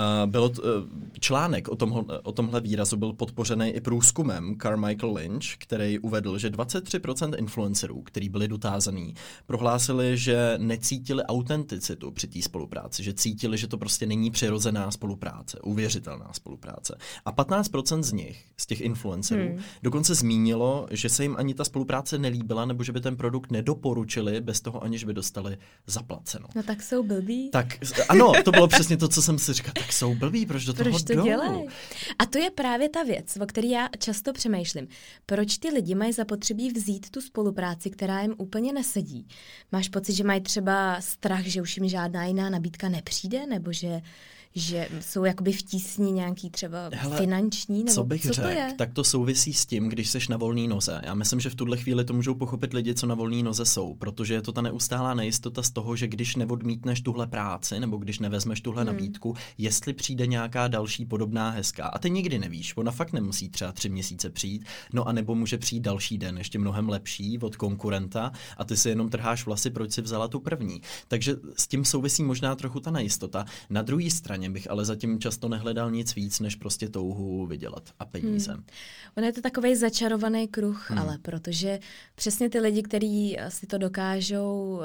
Článek o tomhle výrazu byl podpořený i průzkumem Carmichael Lynch, který uvedl, že 23% influencerů, který byli dotázaný, prohlásili, že necítili autenticitu při té spolupráci, že cítili, že to prostě není přirozená spolupráce, uvěřitelná spolupráce. A 15% z nich, z těch influencerů, dokonce zmínilo, že se jim ani ta spolupráce nelíbila, nebo že by ten produkt nedoporučili bez toho, aniž by dostali zaplaceno. No tak jsou blbí. Tak ano, to bylo přesně to, co jsem si říkal, tak jsou blbí, proč do toho jdou? Dělají? A to je právě ta věc, o které já často přemýšlím. Proč ty lidi mají zapotřebí vzít tu spolupráci, která jim úplně nesedí? Máš pocit, že mají třeba strach, že už jim žádná jiná nabídka nepřijde, nebo že jsou jakoby v tísni nějaký třeba finanční, nebo co bych co řekl, to je? tak to souvisí s tím, když seš na volné noze. Já myslím, že v tuhle chvíli to můžou pochopit lidi, co na volné noze jsou, protože je to ta neustálá nejistota z toho, že když neodmítneš tuhle práci, nebo když nevezmeš tuhle nabídku, jestli přijde nějaká další podobná hezká. A ty nikdy nevíš, ona fakt nemusí třeba 3 měsíce přijít, no a nebo může přijít další den, ještě mnohem lepší od konkurenta a ty si jenom trháš vlasy, proč si vzala tu první. Takže s tím souvisí možná trochu ta nejistota. Na druhé straně bych ale zatím často nehledal nic víc, než prostě touhu vydělat a peníze. Ono je to takovej začarovaný kruh, ale protože přesně ty lidi, kteří si to dokážou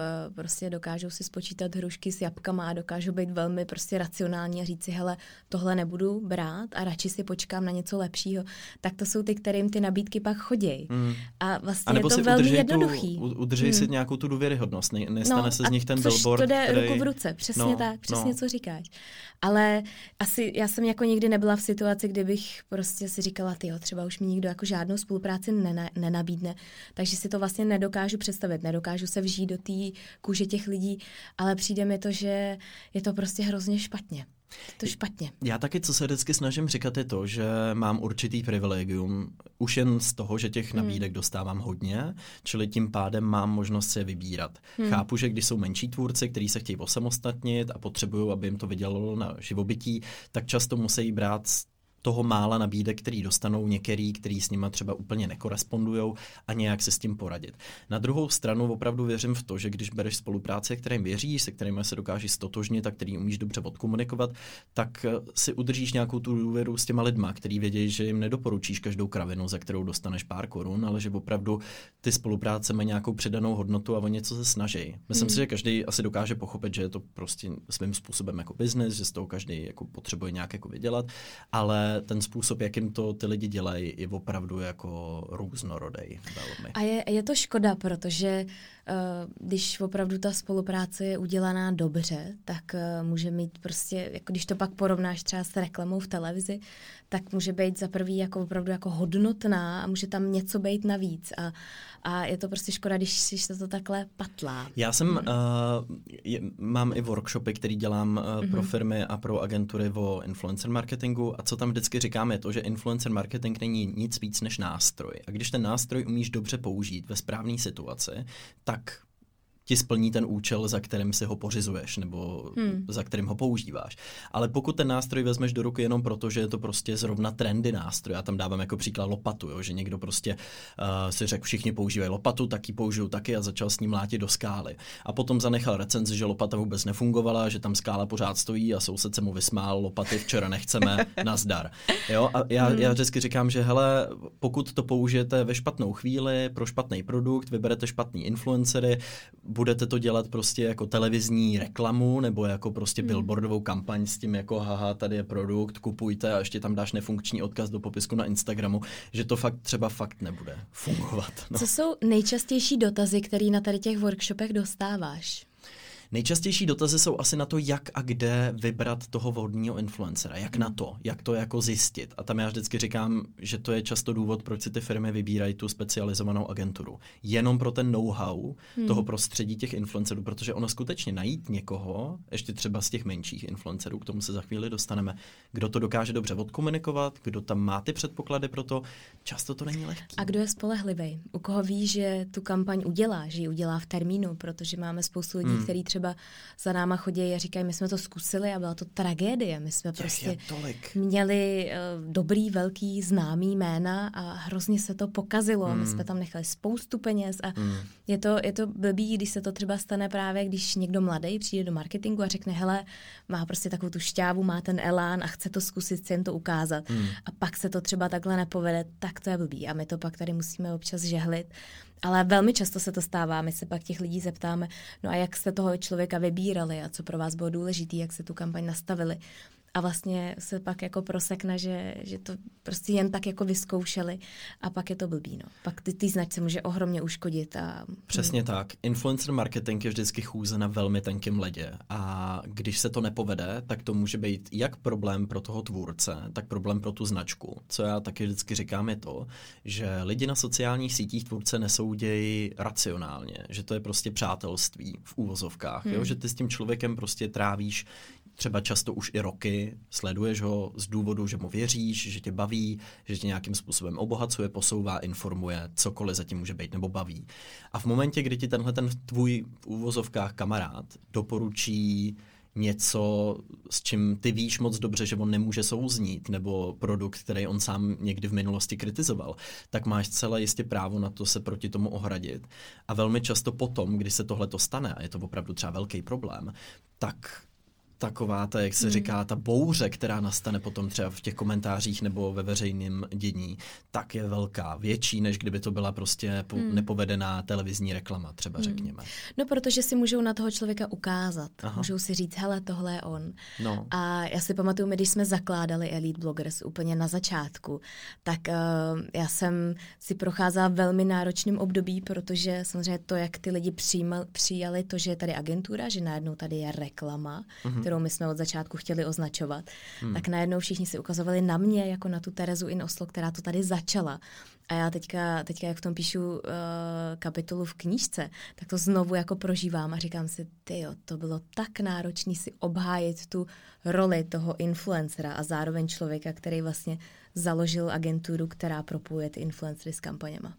si spočítat hrušky s jabkama a dokážou být velmi prostě racionální a říct si, hele, tohle nebudu brát a radši si počkám na něco lepšího, tak to jsou ty, kterým ty nabídky pak chodějí. A vlastně je to velmi jednoduchý. Udržej si nějakou tu důvěryhodnost, nestane se z nich ten billboard, to jde ruku v ruce, přesně tak, přesně co říkáš. Ale asi já jsem jako nikdy nebyla v situaci, kdy bych prostě si říkala, tyjo, třeba už mi nikdo jako žádnou spolupráci nenabídne, takže si to vlastně nedokážu představit, nedokážu se vžít do té kůže těch lidí, ale přijde mi to, že je to prostě hrozně špatně. To špatně. Já taky, co se vždycky snažím říkat, je to, že mám určitý privilegium, už jen z toho, že těch nabídek dostávám hodně, čili tím pádem mám možnost si je vybírat. Chápu, že když jsou menší tvůrci, kteří se chtějí osamostatnit a potřebují, aby jim to vydělalo na živobytí, tak často musí brát toho mála nabídek, který dostanou některý, který s nima třeba úplně nekorespondujou a nějak se s tím poradit. Na druhou stranu opravdu věřím v to, že když bereš spolupráce, kterým věříš, se kterými se dokážeš stotožnit a který umíš dobře odkomunikovat, tak si udržíš nějakou tu důvěru s těma lidma, který vědí, že jim nedoporučíš každou kravinu, za kterou dostaneš pár korun, ale že opravdu ty spolupráce mají nějakou přidanou hodnotu a o něco se snaží. Myslím si, že každý asi dokáže pochopit, že je to prostě svým způsobem jako business, že z toho každý jako potřebuje nějak jako vydělat, ale ten způsob, jakým to ty lidi dělají, je opravdu jako různorodej velmi. A je to škoda, protože když opravdu ta spolupráce je udělaná dobře, tak může mít prostě, jako když to pak porovnáš třeba s reklamou v televizi, tak může být za prvý jako opravdu jako hodnotná a může tam něco být navíc. A je to prostě škoda, když se to takhle patlá. Já jsem, mám i workshopy, který dělám pro firmy a pro agentury o influencer marketingu a co tam vždycky říkám je to, že influencer marketing není nic víc než nástroj. A když ten nástroj umíš dobře použít ve správné situaci, tak ti splní ten účel, za kterým si ho pořizuješ nebo za kterým ho používáš. Ale pokud ten nástroj vezmeš do ruky jenom proto, že je to prostě zrovna trendy nástroj, já tam dávám jako příklad lopatu, jo, že někdo prostě si řekl, všichni používají lopatu, tak ji použiju taky a začal s ní mlátit do skály. A potom zanechal recenzi, že lopata vůbec nefungovala, že tam skála pořád stojí a soused se mu vysmál, lopaty včera nechceme, nazdar. Jo, a já vždycky říkám, že hele, pokud to použijete ve špatnou chvíli, pro špatný produkt, vyberete špatný influencery, budete to dělat prostě jako televizní reklamu nebo jako prostě billboardovou kampaň s tím jako haha, tady je produkt, kupujte a ještě tam dáš nefunkční odkaz do popisku na Instagramu, že to fakt nebude fungovat. No. Co jsou nejčastější dotazy, které na tady těch workshopech dostáváš? Nejčastější dotazy jsou asi na to, jak a kde vybrat toho vhodného influencera, jak to jako zjistit. A tam já vždycky říkám, že to je často důvod, proč si ty firmy vybírají tu specializovanou agenturu. Jenom pro ten know-how toho prostředí těch influencerů, protože ono skutečně najít někoho, ještě třeba z těch menších influencerů, k tomu se za chvíli dostaneme, kdo to dokáže dobře odkomunikovat, kdo tam má ty předpoklady pro to, často to není lehký. A kdo je spolehlivý? U koho ví, že tu kampaň udělá, že ji udělá v termínu, protože máme spoustu lidí, kteří třeba za náma chodí a říkají, my jsme to zkusili a byla to tragédie. My jsme prostě měli dobrý, velký, známý jména a hrozně se to pokazilo. A my jsme tam nechali spoustu peněz a je to blbý, když se to třeba stane právě, když někdo mladý přijde do marketingu a řekne, hele, má prostě takovou tu šťávu, má ten elán a chce to zkusit, chce jim to ukázat. A pak se to třeba takhle nepovede, tak to je blbý. A my to pak tady musíme občas žehlit. Ale velmi často se to stává. My se pak těch lidí zeptáme, no a jak jste toho člověka vybírali a co pro vás bylo důležité, jak se tu kampaň nastavili. A vlastně se pak jako prosekne, že to prostě jen tak jako vyzkoušeli a pak je to blbý. No. Pak ty značce může ohromně uškodit. Přesně tak. Influencer marketing je vždycky chůze na velmi tenkém ledě a když se to nepovede, tak to může být jak problém pro toho tvůrce, tak problém pro tu značku. Co já taky vždycky říkám je to, že lidi na sociálních sítích tvůrce nesoudějí racionálně, že to je prostě přátelství v úvozovkách, jo? Že ty s tím člověkem prostě trávíš třeba často už i roky, sleduješ ho z důvodu, že mu věříš, že tě baví, že tě nějakým způsobem obohacuje, posouvá, informuje, cokoliv zatím může být nebo baví. A v momentě, kdy ti tenhle ten tvůj v úvozovkách kamarád doporučí něco, s čím ty víš moc dobře, že on nemůže souznít, nebo produkt, který on sám někdy v minulosti kritizoval, tak máš celé jistě právo na to se proti tomu ohradit. A velmi často potom, když se tohle to stane, a je to opravdu třeba velký problém, tak taková ta, jak se říká, ta bouře, která nastane potom třeba v těch komentářích nebo ve veřejném dění, tak je velká, větší, než kdyby to byla prostě nepovedená televizní reklama, třeba řekněme. No, protože si můžou na toho člověka ukázat. Aha. Můžou si říct, hele, tohle je on. No. A já si pamatuju, my, když jsme zakládali Elite Bloggers úplně na začátku, tak já jsem si procházela velmi náročným období, protože samozřejmě to, jak ty lidi přijali to, že je tady agentura, že najednou tady je reklama, kterou my jsme od začátku chtěli označovat, tak najednou všichni si ukazovali na mě, jako na tu Terezu in Oslo, která to tady začala. A já teďka jak v tom píšu kapitolu v knížce, tak to znovu jako prožívám a říkám si, tyjo, to bylo tak náročné si obhájit tu roli toho influencera a zároveň člověka, který vlastně založil agenturu, která propojuje ty influencery s kampaněma.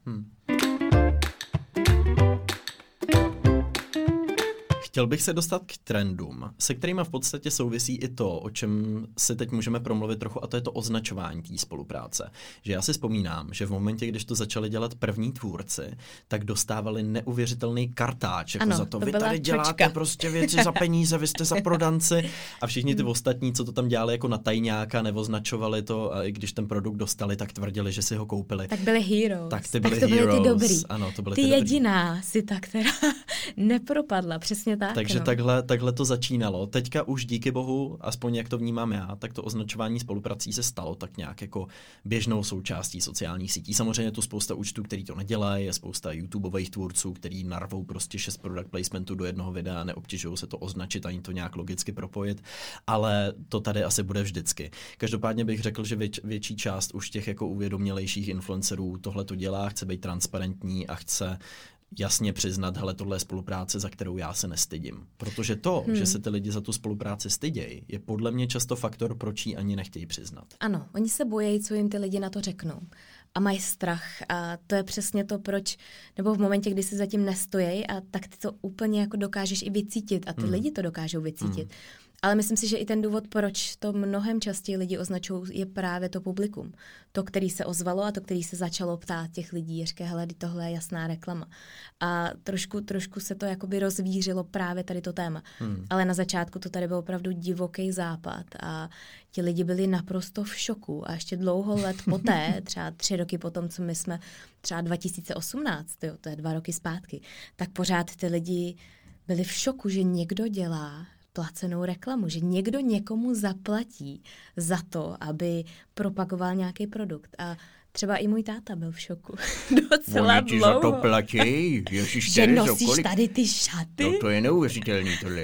Chtěl bych se dostat k trendům, se kterými v podstatě souvisí i to, o čem se teď můžeme promluvit trochu, a to je to označování té spolupráce. Že já si vzpomínám, že v momentě, když to začali dělat první tvůrci, tak dostávali neuvěřitelný kartáč, jako ano, za to. Vy tady děláte prostě věci za peníze, vy jste za prodanci, a všichni ty ostatní, co to tam dělali jako na tajňáka, nebo označovali to, a i když ten produkt dostali, tak tvrdili, že si ho koupili. Tak byli heroes. Tak to byli ty dobrý. Ano, to byly ty jediná si ta, která nepropadla, přesně tak. Takže takhle to začínalo. Teďka už díky bohu, aspoň jak to vnímám já, tak to označování spoluprací se stalo tak nějak jako běžnou součástí sociálních sítí. Samozřejmě je tu spousta účtů, který to nedělají, je spousta YouTubeových tvůrců, který narvou prostě 6 product placementů do jednoho videa, neobtěžují se to označit ani to nějak logicky propojit, ale to tady asi bude vždycky. Každopádně bych řekl, že větší část už těch jako uvědomělejších influencerů tohle to dělá, chce být transparentní a chce jasně přiznat, hele, tohle je spolupráce, za kterou já se nestydím. Protože to, že se ty lidi za tu spolupráci stydějí, je podle mě často faktor, proč ji ani nechtějí přiznat. Ano, oni se bojí, co jim ty lidi na to řeknou. A mají strach. A to je přesně to, proč, nebo v momentě, kdy si zatím nestojí, a tak ty to úplně jako dokážeš i vycítit a ty lidi to dokážou vycítit. Ale myslím si, že i ten důvod, proč to mnohem častěji lidi označují, je právě to publikum. To, který se ozvalo a to, který se začalo ptát těch lidí, říká, hele, tohle je jasná reklama. A trošku se to jakoby rozvířilo právě tady to téma. Ale na začátku to tady byl opravdu divoký západ a ti lidi byli naprosto v šoku. A ještě dlouho let poté, třeba 3 roky potom, co my jsme, třeba 2018, to je 2 roky zpátky, tak pořád ty lidi byli v šoku, že někdo dělá placenou reklamu, že někdo někomu zaplatí za to, aby propagoval nějaký produkt. A třeba i můj táta byl v šoku. Docela dlouho. Oni ti za to platí? Ježiš, že nosíš tady ty šaty? No to je neuvěřitelný tohle.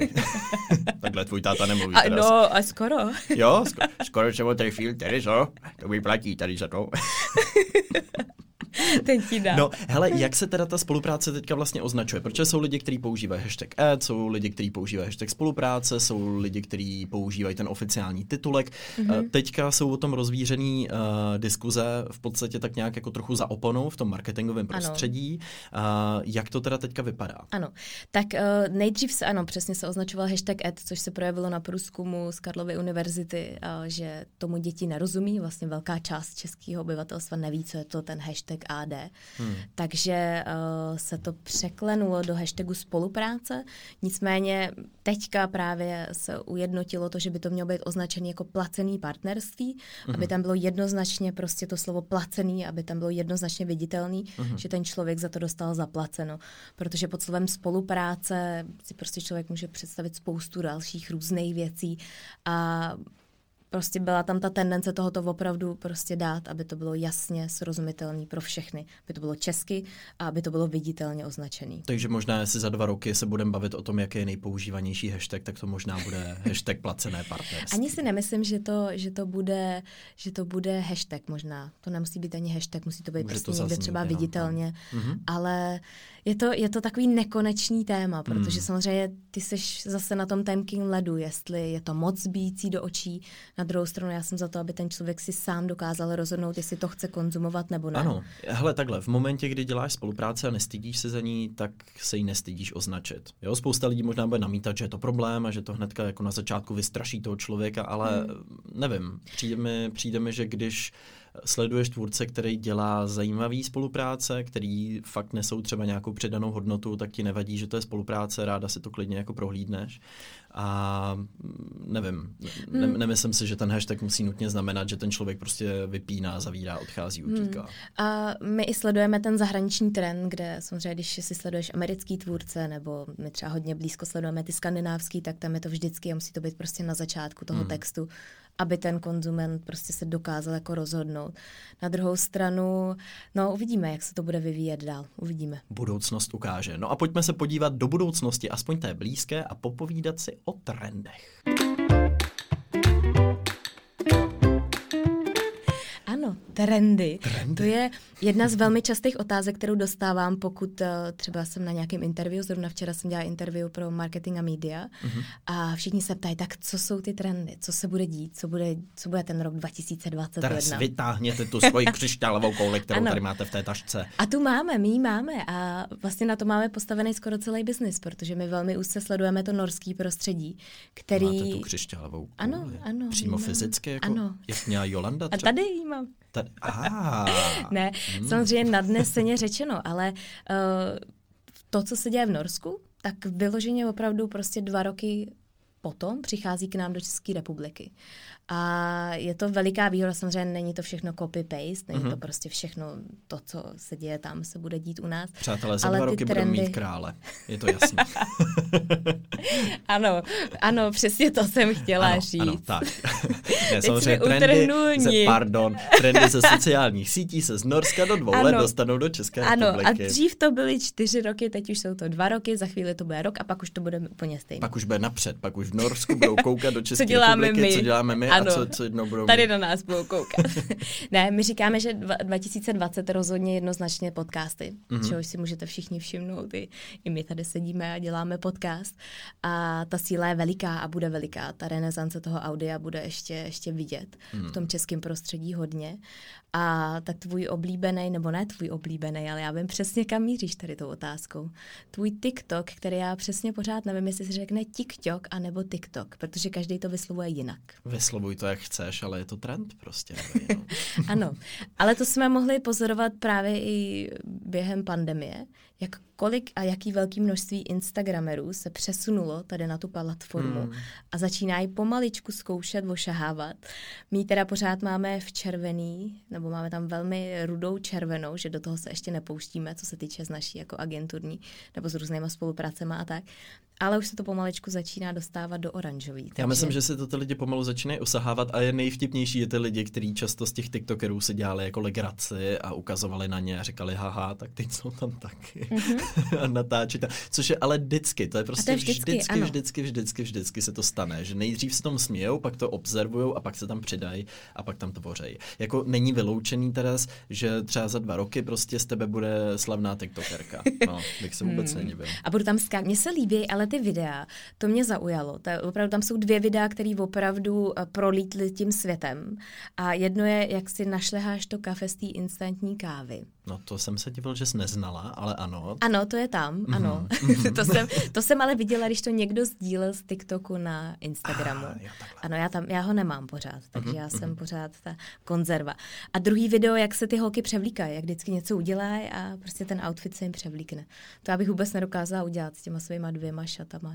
Takhle tvůj táta nemluví teraz. No a skoro. Jo, skoro se ho trefil, Terezo, to mi platí tady za to. Ten ti dá. No, hele, jak se teda ta spolupráce teďka vlastně označuje? Protože jsou lidi, kteří používají hashtag ad, jsou lidi, kteří používají hashtag spolupráce, jsou lidi, kteří používají ten oficiální titulek. Teďka jsou o tom rozvířený diskuze v podstatě tak nějak jako trochu za oponou v tom marketingovém prostředí. Jak to teda teďka vypadá? Ano, tak nejdřív se, přesně se označoval hashtag ad, což se projevilo na průzkumu z Karlovy univerzity, že tomu děti nerozumí, vlastně velká část českého obyvatelstva neví, co je to ten hashtag AD. Takže se to překlenulo do hashtagu spolupráce, nicméně teďka právě se ujednotilo to, že by to mělo být označený jako placený partnerství, aby tam bylo jednoznačně prostě to slovo placený, aby tam bylo jednoznačně viditelný, že ten člověk za to dostal zaplaceno. Protože pod slovem spolupráce si prostě člověk může představit spoustu dalších různých věcí a prostě byla tam ta tendence tohoto opravdu prostě dát, aby to bylo jasně srozumitelné pro všechny, aby to bylo česky a aby to bylo viditelně označený. Takže možná, jestli za 2 roky se budeme bavit o tom, jaký je nejpoužívanější hashtag, tak to možná bude hashtag placené partnerství. Ani si nemyslím, že to bude hashtag možná. To nemusí být ani hashtag, musí to být může prostě to někde třeba jenom, viditelně. Ale je to takový nekonečný téma, protože samozřejmě ty seš zase na tom tenkým ledu, jestli je to moc bíjící do očí. Na druhou stranu já jsem za to, aby ten člověk si sám dokázal rozhodnout, jestli to chce konzumovat nebo ne. Ano, hele, takhle, v momentě, kdy děláš spolupráci a nestydíš se za ní, tak se jí nestydíš označit. Jo, spousta lidí možná bude namítat, že je to problém a že to hnedka jako na začátku vystraší toho člověka, ale nevím, přijde mi, že když sleduješ tvůrce, který dělá zajímavý spolupráce, který fakt nesou třeba nějakou přidanou hodnotu, tak ti nevadí, že to je spolupráce, ráda si to klidně jako prohlídneš. A nevím, nemyslím si, že ten hashtag musí nutně znamenat, že ten člověk prostě vypíná, zavírá, odchází, utíká. A my i sledujeme ten zahraniční trend, kde samozřejmě, když si sleduješ americký tvůrce, nebo my třeba hodně blízko sledujeme ty skandinávský, tak tam je to vždycky a musí to být prostě na začátku toho textu, aby ten konzument prostě se dokázal jako rozhodnout. Na druhou stranu, uvidíme, jak se to bude vyvíjet dál. Uvidíme. Budoucnost ukáže. No a pojďme se podívat do budoucnosti, aspoň té blízké, a popovídat si o trendech. Ano, trendy. To je jedna z velmi častých otázek, kterou dostávám, pokud třeba jsem na nějakém interview, zrovna včera jsem dělala interview pro marketing a media a všichni se ptají, tak co jsou ty trendy, co se bude dít, co bude ten rok 2021. Teraz vytáhněte tu svoji křišťálovou kouli, kterou tady máte v té tašce. A tu máme, my ji máme a vlastně na to máme postavený skoro celý biznis, protože my velmi úzce sledujeme to norský prostředí, který... Máte tu křišťálovou kouli? Ano. Přímo fyzicky, jako ano. Jak měla Jolanda třeba? A tady ji mám. Ne, samozřejmě nadneseně řečeno, ale to, co se děje v Norsku, tak vyloženě opravdu prostě 2 roky potom přichází k nám do České republiky. A je to veliká výhoda, samozřejmě není to všechno copy-paste, není to prostě všechno to, co se děje tam, se bude dít u nás. Přátelé, za 2 roky budeme mít krále, je to jasný. Ano, přesně to jsem chtěla říct. Ano, tak. Ne, samozřejmě trendy ze sociálních sítí se z Norska do 2 let dostanou do České republiky. Ano, a dřív to byly 4 roky, teď už jsou to 2 roky, za chvíli to bude rok a pak už to bude úplně stejné. Pak už bude napřed, pak už v Norsku budou koukat do České republiky, co děláme my a co jednou budou tady na nás budou koukat. Ne, my říkáme, že 2020 rozhodně jednoznačně podcasty, čehož si můžete všichni všimnout. I my tady sedíme a děláme podcast. A ta síla je veliká a bude veliká. Ta renesance toho audia bude ještě vidět v tom českém prostředí hodně. A tak tvůj oblíbený, nebo ne tvůj oblíbený, ale já vím přesně, kam míříš tady tou otázkou. Tvůj TikTok, který já přesně pořád nevím, jestli se řekne TikTok anebo TikTok, protože každý to vyslovuje jinak. Vyslovuj to, jak chceš, ale je to trend prostě. Ano, ale to jsme mohli pozorovat právě i během pandemie, kolik a jaký velký množství Instagramerů se přesunulo tady na tu platformu a začínají pomaličku zkoušet ošahávat. My teda pořád máme v červený, nebo máme tam velmi rudou červenou, že do toho se ještě nepouštíme, co se týče z naší jako agenturní, nebo s různýma spolupracema a tak. Ale už se to pomaličku začíná dostávat usahávat do oranžový. Já myslím, že si to ty lidi pomalu začínají usahávat a je nejvtipnější je ty lidi, kteří často z těch TikTokerů si dělali jako legraci a ukazovali na ně a říkali haha, tak teď jsou tam taky a natáčí tam. Což je ale vždycky, to je prostě vždycky se to stane, že nejdřív se tomu smějou, pak to observujou a pak se tam přidají a pak tam tvořejí. Jako není vyloučený teraz, že třeba za 2 roky prostě z tebe bude slavná TikTokerka. No, bych se vůbec nedivil. A budu tam skákat. Mně se líbí, ale ty videa, to mě zaujalo. Opravdu tam jsou 2 videa, které opravdu prolítly tím světem. A jedno je, jak si našleháš to kafe z té instantní kávy. No to jsem se divil, že jsi neznala, ale ano. Ano, to je tam, ano. to jsem ale viděla, když to někdo sdílel z TikToku na Instagramu. Ano, já ho nemám pořád, takže já jsem pořád ta konzerva. A druhý video, jak se ty holky převlíkají, jak vždycky něco udělají a prostě ten outfit se jim převlíkne. To já bych vůbec nedokázala udělat s těma svýma 2 šatama.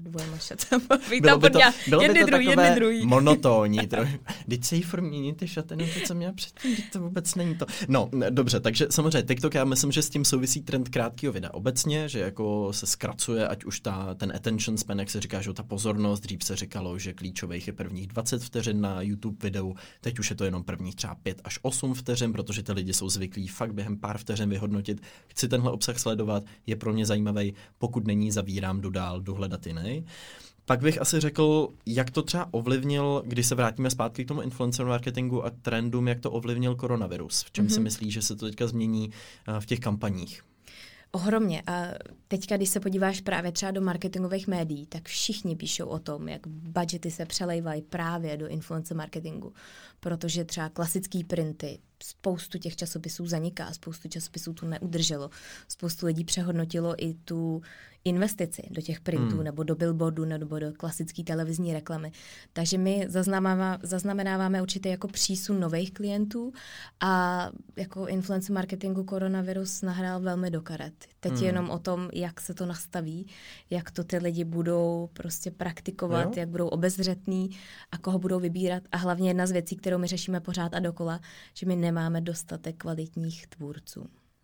Bylo by to takové monotónní. Vždyť se jí furt mění ty šaty, no to, co měla předtím, to vůbec není to. No, dobře, takže samozřejmě TikTok, já myslím, že s tím souvisí trend krátkého videa obecně, že jako se zkracuje, ať už ten attention span, jak se říká, že ta pozornost, dřív se říkalo, že klíčových je prvních 20 vteřin na YouTube videu, teď už je to jenom prvních třeba 5 až 8 vteřin, protože ty lidi jsou zvyklí fakt během pár vteřin vyhodnotit, chci tenhle obsah sledovat, je pro mě zajímavý, pokud není, zavírám, jdu dál, jdu hledat jiný. Pak bych asi řekl, jak to třeba ovlivnil, když se vrátíme zpátky k tomu influencer marketingu a trendům, jak to ovlivnil koronavirus. V čem si myslíš, že se to teďka změní v těch kampaních? Ohromně. A teďka, když se podíváš právě třeba do marketingových médií, tak všichni píšou o tom, jak budgety se přelejvají právě do influencer marketingu. Protože třeba klasický printy, spoustu těch časopisů zaniká, spoustu časopisů tu neudrželo, spoustu lidí přehodnotilo i tu investici do těch printů nebo do billboardu nebo do klasické televizní reklamy. Takže my zaznamenáváme určitě jako přísun nových klientů a jako influencer marketingu koronavirus nahrál velmi do karet. Teď je jenom o tom, jak se to nastaví, jak to ty lidi budou prostě praktikovat, jak budou obezřetní a koho budou vybírat. A hlavně jedna z věcí, kterou my řešíme pořád a dokola, že my nemáme dostatek kvalitních tvůrců.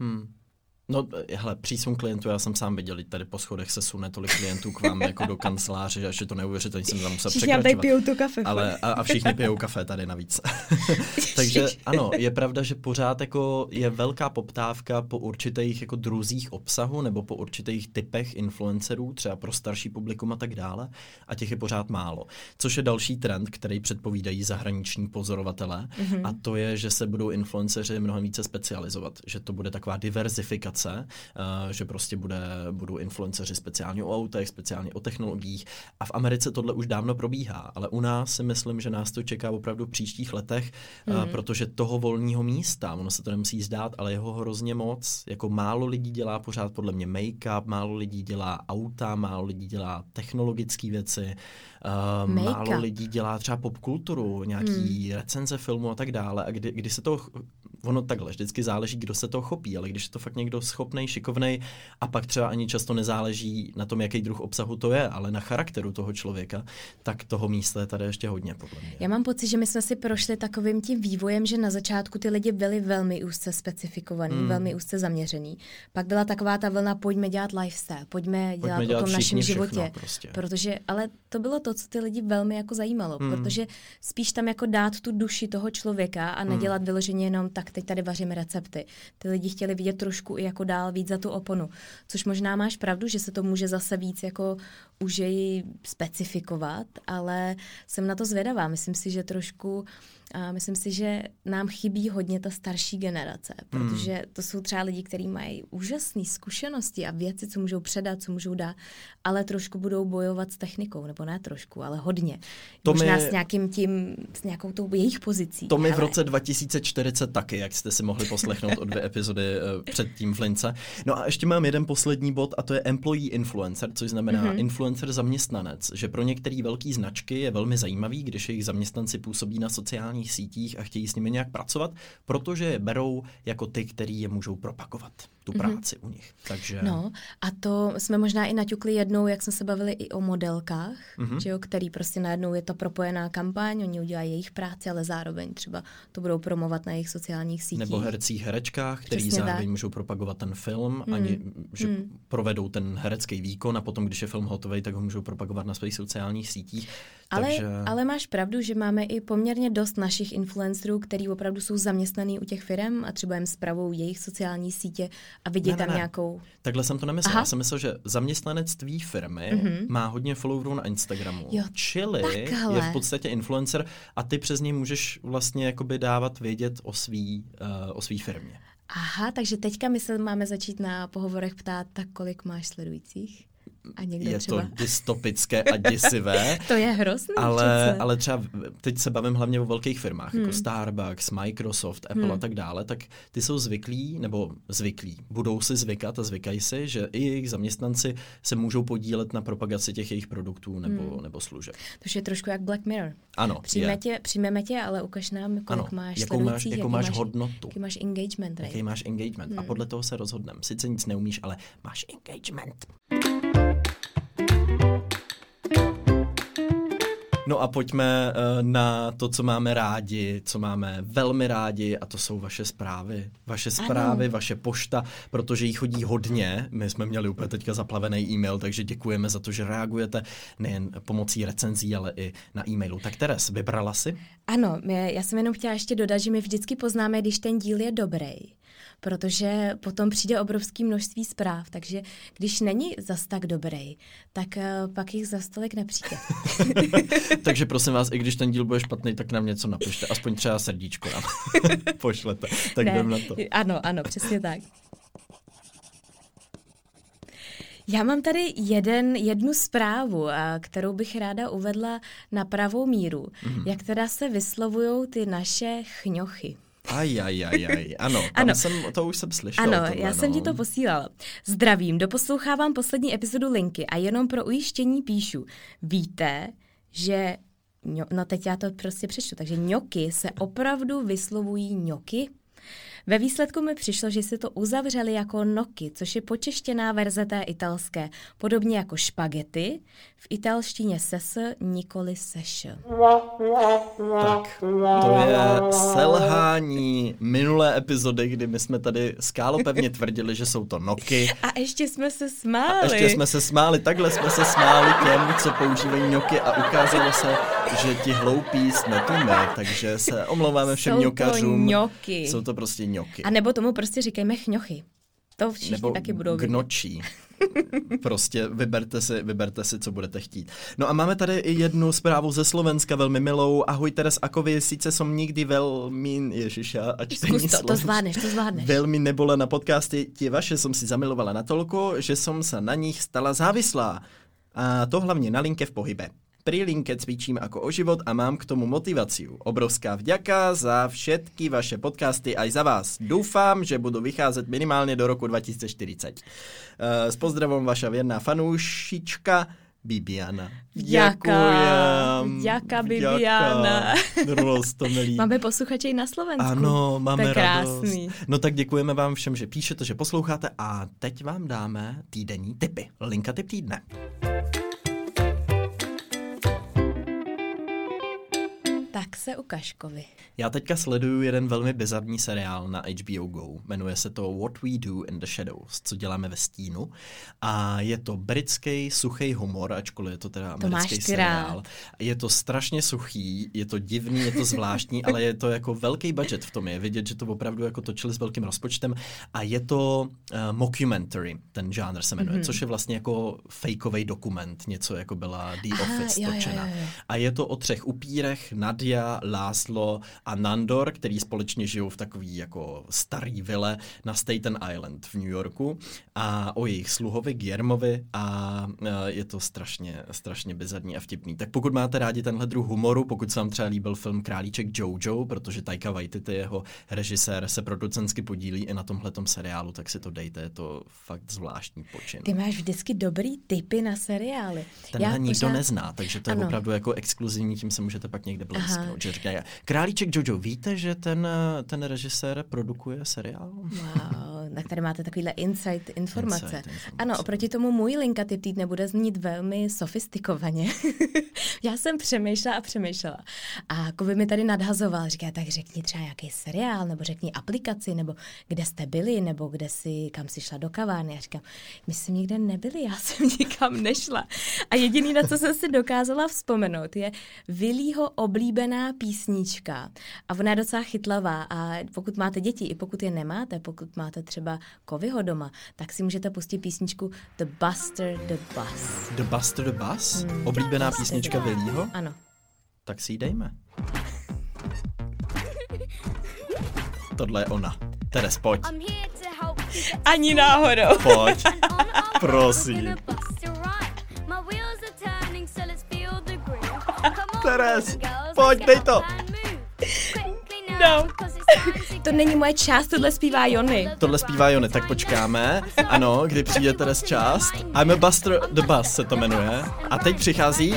No, hele, přísun klientů, já jsem sám viděl, tady po schodech se sune tolik klientů k vám jako do kanceláře, že to neuvěřitelně jsem tam musel překračovat. Všichni pijou to kafe. Ale, a všichni pijou kafe tady navíc. Takže ano, je pravda, že pořád jako je velká poptávka po určitých jako druzích obsahu nebo po určitých typech influencerů, třeba pro starší publikum a tak dále, a těch je pořád málo. Což je další trend, který předpovídají zahraniční pozorovatelé, a to je, že se budou influenceři mnohem více specializovat, že to bude taková diverzifikace, že prostě budou influenceři speciálně o autech, speciálně o technologiích a v Americe tohle už dávno probíhá, ale u nás si myslím, že nás to čeká opravdu v příštích letech, protože toho volného místa, ono se to nemusí zdát, ale jeho hrozně moc, jako málo lidí dělá pořád podle mě make-up, málo lidí dělá auta, málo lidí dělá technologické věci, málo lidí dělá třeba popkulturu, nějaký recenze filmu a tak dále a kdy se to ono takhle, vždycky záleží, kdo se toho chopí, ale když je to fakt někdo schopnej, šikovnej a pak třeba ani často nezáleží na tom, jaký druh obsahu to je, ale na charakteru toho člověka, tak toho místa je tady ještě hodně, podle mě. Já mám pocit, že my jsme si prošli takovým tím vývojem, že na začátku ty lidi byli velmi úzce specifikovaní, velmi úzce zaměřený. Pak byla taková ta vlna, pojďme dělat lifestyle, pojďme dělat o tom našem životě. Prostě. Protože, ale to bylo to, co ty lidi velmi jako zajímalo, protože spíš tam jako dát tu duši toho člověka a nedělat vyloženě jenom tak, teď tady vaříme recepty. Ty lidi chtěli vidět trošku i jako dál víc za tu oponu. Což možná máš pravdu, že se to může zase víc jako užeji specifikovat, ale jsem na to zvědavá. Myslím si, že nám chybí hodně ta starší generace, protože to jsou třeba lidi, kteří mají úžasné zkušenosti a věci, co můžou předat, co můžou dát, ale trošku budou bojovat s technikou, nebo ne trošku, ale hodně. Možná s nějakou tou jejich pozicí. To mi v roce 2040 taky, jak jste si mohli poslechnout o 2 epizody předtím v lince. No a ještě mám jeden poslední bod a to je employee influencer, což znamená influencer zaměstnanec, že pro některé velké značky je velmi zajímavý, když jejich zaměstnanci působí na sociálních sítích a chtějí s nimi nějak pracovat, protože je berou jako ty, který je můžou propagovat. tu práci u nich. Takže... No a to jsme možná i naťukli jednou, jak jsme se bavili i o modelkách, že jo, který prostě najednou je to propojená kampaň, oni udělají jejich práci, ale zároveň třeba to budou promovat na jejich sociálních sítích. Nebo hercích, herečkách, který Přesně zároveň tak. můžou propagovat ten film, ani že provedou ten herecký výkon a potom, když je film hotový, tak ho můžou propagovat na svých sociálních sítích. Ale máš pravdu, že máme i poměrně dost našich influencerů, který opravdu jsou zaměstnaný u těch firem a třeba jim spravou jejich sociální sítě a vidí tam nějakou... Takhle jsem to nemyslel. Já jsem myslel, že zaměstnanec tvý firmy má hodně followerů na Instagramu. Čili je v podstatě influencer a ty přes něj můžeš vlastně jakoby dávat vědět o svý firmě. Aha, takže teďka my se máme začít na pohovorech ptát, tak kolik máš sledujících? A někdo je třeba... to dystopické a děsivé. To je hrozný ale třeba teď se bavím hlavně o velkých firmách, jako Starbucks, Microsoft, Apple a tak dále, tak ty jsou zvyklí, budou si zvykat a zvykají si, že i jejich zaměstnanci se můžou podílet na propagaci těch jejich produktů nebo služeb. To je trošku jak Black Mirror. Ano. Přijmeme tě, ale ukaž nám, kolik máš sledujících, jakou máš hodnotu. Jaký máš engagement. Jaký máš engagement. A podle toho se rozhodneme. Sice nic neumíš, ale máš engagement. No a pojďme na to, co máme rádi, co máme velmi rádi, a to jsou vaše zprávy. Vaše zprávy, vaše pošta, protože jí chodí hodně. My jsme měli úplně teďka zaplavený e-mail, takže děkujeme za to, že reagujete nejen pomocí recenzí, ale i na e-mailu. Tak Teres, vybrala jsi? Ano, já jsem jenom chtěla ještě dodat, že my vždycky poznáme, když ten díl je dobrý. Protože potom přijde obrovské množství zpráv, takže když není zas tak dobrý, tak pak jich zas tolik nepřijde. Takže prosím vás, i když ten díl bude špatný, tak nám něco napište, aspoň třeba srdíčko nám pošlete, tak jdem na to. Ano, přesně tak. Já mám tady jednu zprávu, kterou bych ráda uvedla na pravou míru, jak teda se vyslovujou ty naše chňochy. Ano, to už jsem slyšel. Ano, já jsem ti to posílala. Zdravím, doposlouchávám poslední epizodu Linky a jenom pro ujištění píšu. Víte, že... No teď já to prostě přečtu. Takže ňoky se opravdu vyslovují ňoky? Ve výsledku mi přišlo, že si to uzavřeli jako noky, což je počeštěná verze té italské, podobně jako špagety, v italštině ses, nikoli seš. Tak, to je selhání minulé epizody, kdy my jsme tady skálopevně tvrdili, že jsou to noky. A ještě jsme se smáli. Takhle jsme se smáli těm, co používají ňoky a ukázalo se, že ti hloupí jsme tu my, takže se omlouváme všem ňokařům. Jsou to prostě ňoky. A nebo tomu prostě říkejme chňochy. To všichni nebo taky budou vidět. gnočí. Prostě vyberte si, co budete chtít. No a máme tady i jednu zprávu ze Slovenska, velmi milou. Ahoj Teres, ako vy sice som nikdy veľmi, ježiša, a čtení to zvládneš. Veľmi nebola na podcasty, tie vaše som si zamilovala natoľko, že som sa na nich stala závislá. A to hlavne na linke v pohybe. Pri linke cvičím ako o život a mám k tomu motivaciu. Obrovská vďaka za všetky vaše podcasty aj za vás. Dúfam, že budú vycházet minimálně do roku 2040. S pozdravom vaša věrná fanúšička Bibiana. Vďaka Bibiana. Milí. Máme posluchače i na Slovensku. Ano, máme to je krásný. radost. No tak děkujeme vám všem, že píšete, že posloucháte a teď vám dáme týdenní tipy. Linka tip týdne. Tak se ukaž, Kovi. Já teďka sleduju jeden velmi bizarní seriál na HBO Go. Jmenuje se to What We Do in the Shadows, co děláme ve stínu. A je to britský suchý humor, ačkoliv je to teda americký seriál. Je to strašně suchý, je to divný, je to zvláštní, ale je to jako velký budget v tom. Je vidět, že to opravdu jako točili s velkým rozpočtem. A je to mockumentary, ten žánr se jmenuje, což je vlastně jako fejkovej dokument, něco jako byla The Office točena. Jo. A je to o 3 upírech, Nadia, Láslo a Nandor, který společně žijou v takový jako starý vile na Staten Island v New Yorku a o jejich sluhovi Guillermovi a je to strašně bizarní a vtipný. Tak pokud máte rádi tenhle druh humoru, pokud se vám třeba líbil film Králíček Jojo, protože Taika Waititi, jeho režisér, se producentsky podílí i na tomhletom seriálu, tak si to dejte, je to fakt zvláštní počin. Ty máš vždycky dobrý tipy na seriály. Tenhle nikdo nezná, takže to je opravdu jako exkluzivní, tím se můžete pak někde blesknout. Že říkají, Králíček Jojo, víte, že ten režisér produkuje seriál? Wow, tak tady máte takovýhle insight informace. Ano, oproti tomu můj linkativ týdne bude znít velmi sofistikovaně. Já jsem přemýšlela. A Kuby mi tady nadhazoval, říká, tak řekni třeba nějaký seriál, nebo řekni aplikaci, nebo kde jste byli, nebo kam jsi šla do kavárny. Já říkám, my jsme nikde nebyli, já jsem nikam nešla. A jediný, na co jsem si dokázala vzpomenout, je Willieho oblíbená písnička. A ona je docela chytlavá. A pokud máte děti, i pokud je nemáte, pokud máte třeba Kovyho doma, tak si můžete pustit písničku The Buster the Bus. The Buster the Bus? Oblíbená písnička Willieho? Ano. Tak si ji dejme. Tohle je ona. Teres, pojď. Ani náhodou. Pojď. Prosím. Teres, pojď, dej to. No. To není moje část, tohle zpívá Jony. Tohle zpívá Jony, tak počkáme. Ano, kdy přijde Teres část. I'm a Buster the Bus se to jmenuje. A teď přichází...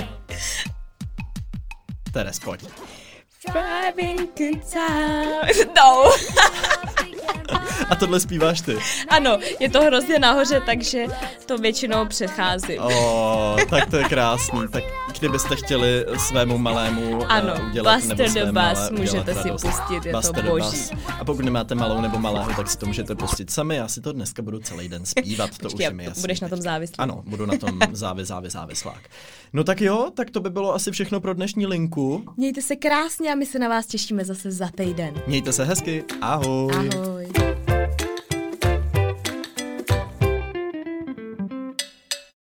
Teres, pojď. Driving good time. No. A tohle zpíváš ty. Ano, je to hrozně nahoře, takže to většinou přecházím. Tak to je krásný. Tak kdybyste chtěli svému malému udělat Buster nebo své the malé Bus můžete si pustit, je Buster to the boží. Bus. A pokud nemáte malou nebo malého, tak si to můžete pustit sami. Já si to dneska budu celý den zpívat, to už je mi jasný. Budeš na tom závislý. Ano, budu na tom závislák. No tak jo, tak to by bylo asi všechno pro dnešní linku. Mějte se krásně a my se na vás těšíme zase za týden. Mějte se hezky. Ahoj. Ahoj.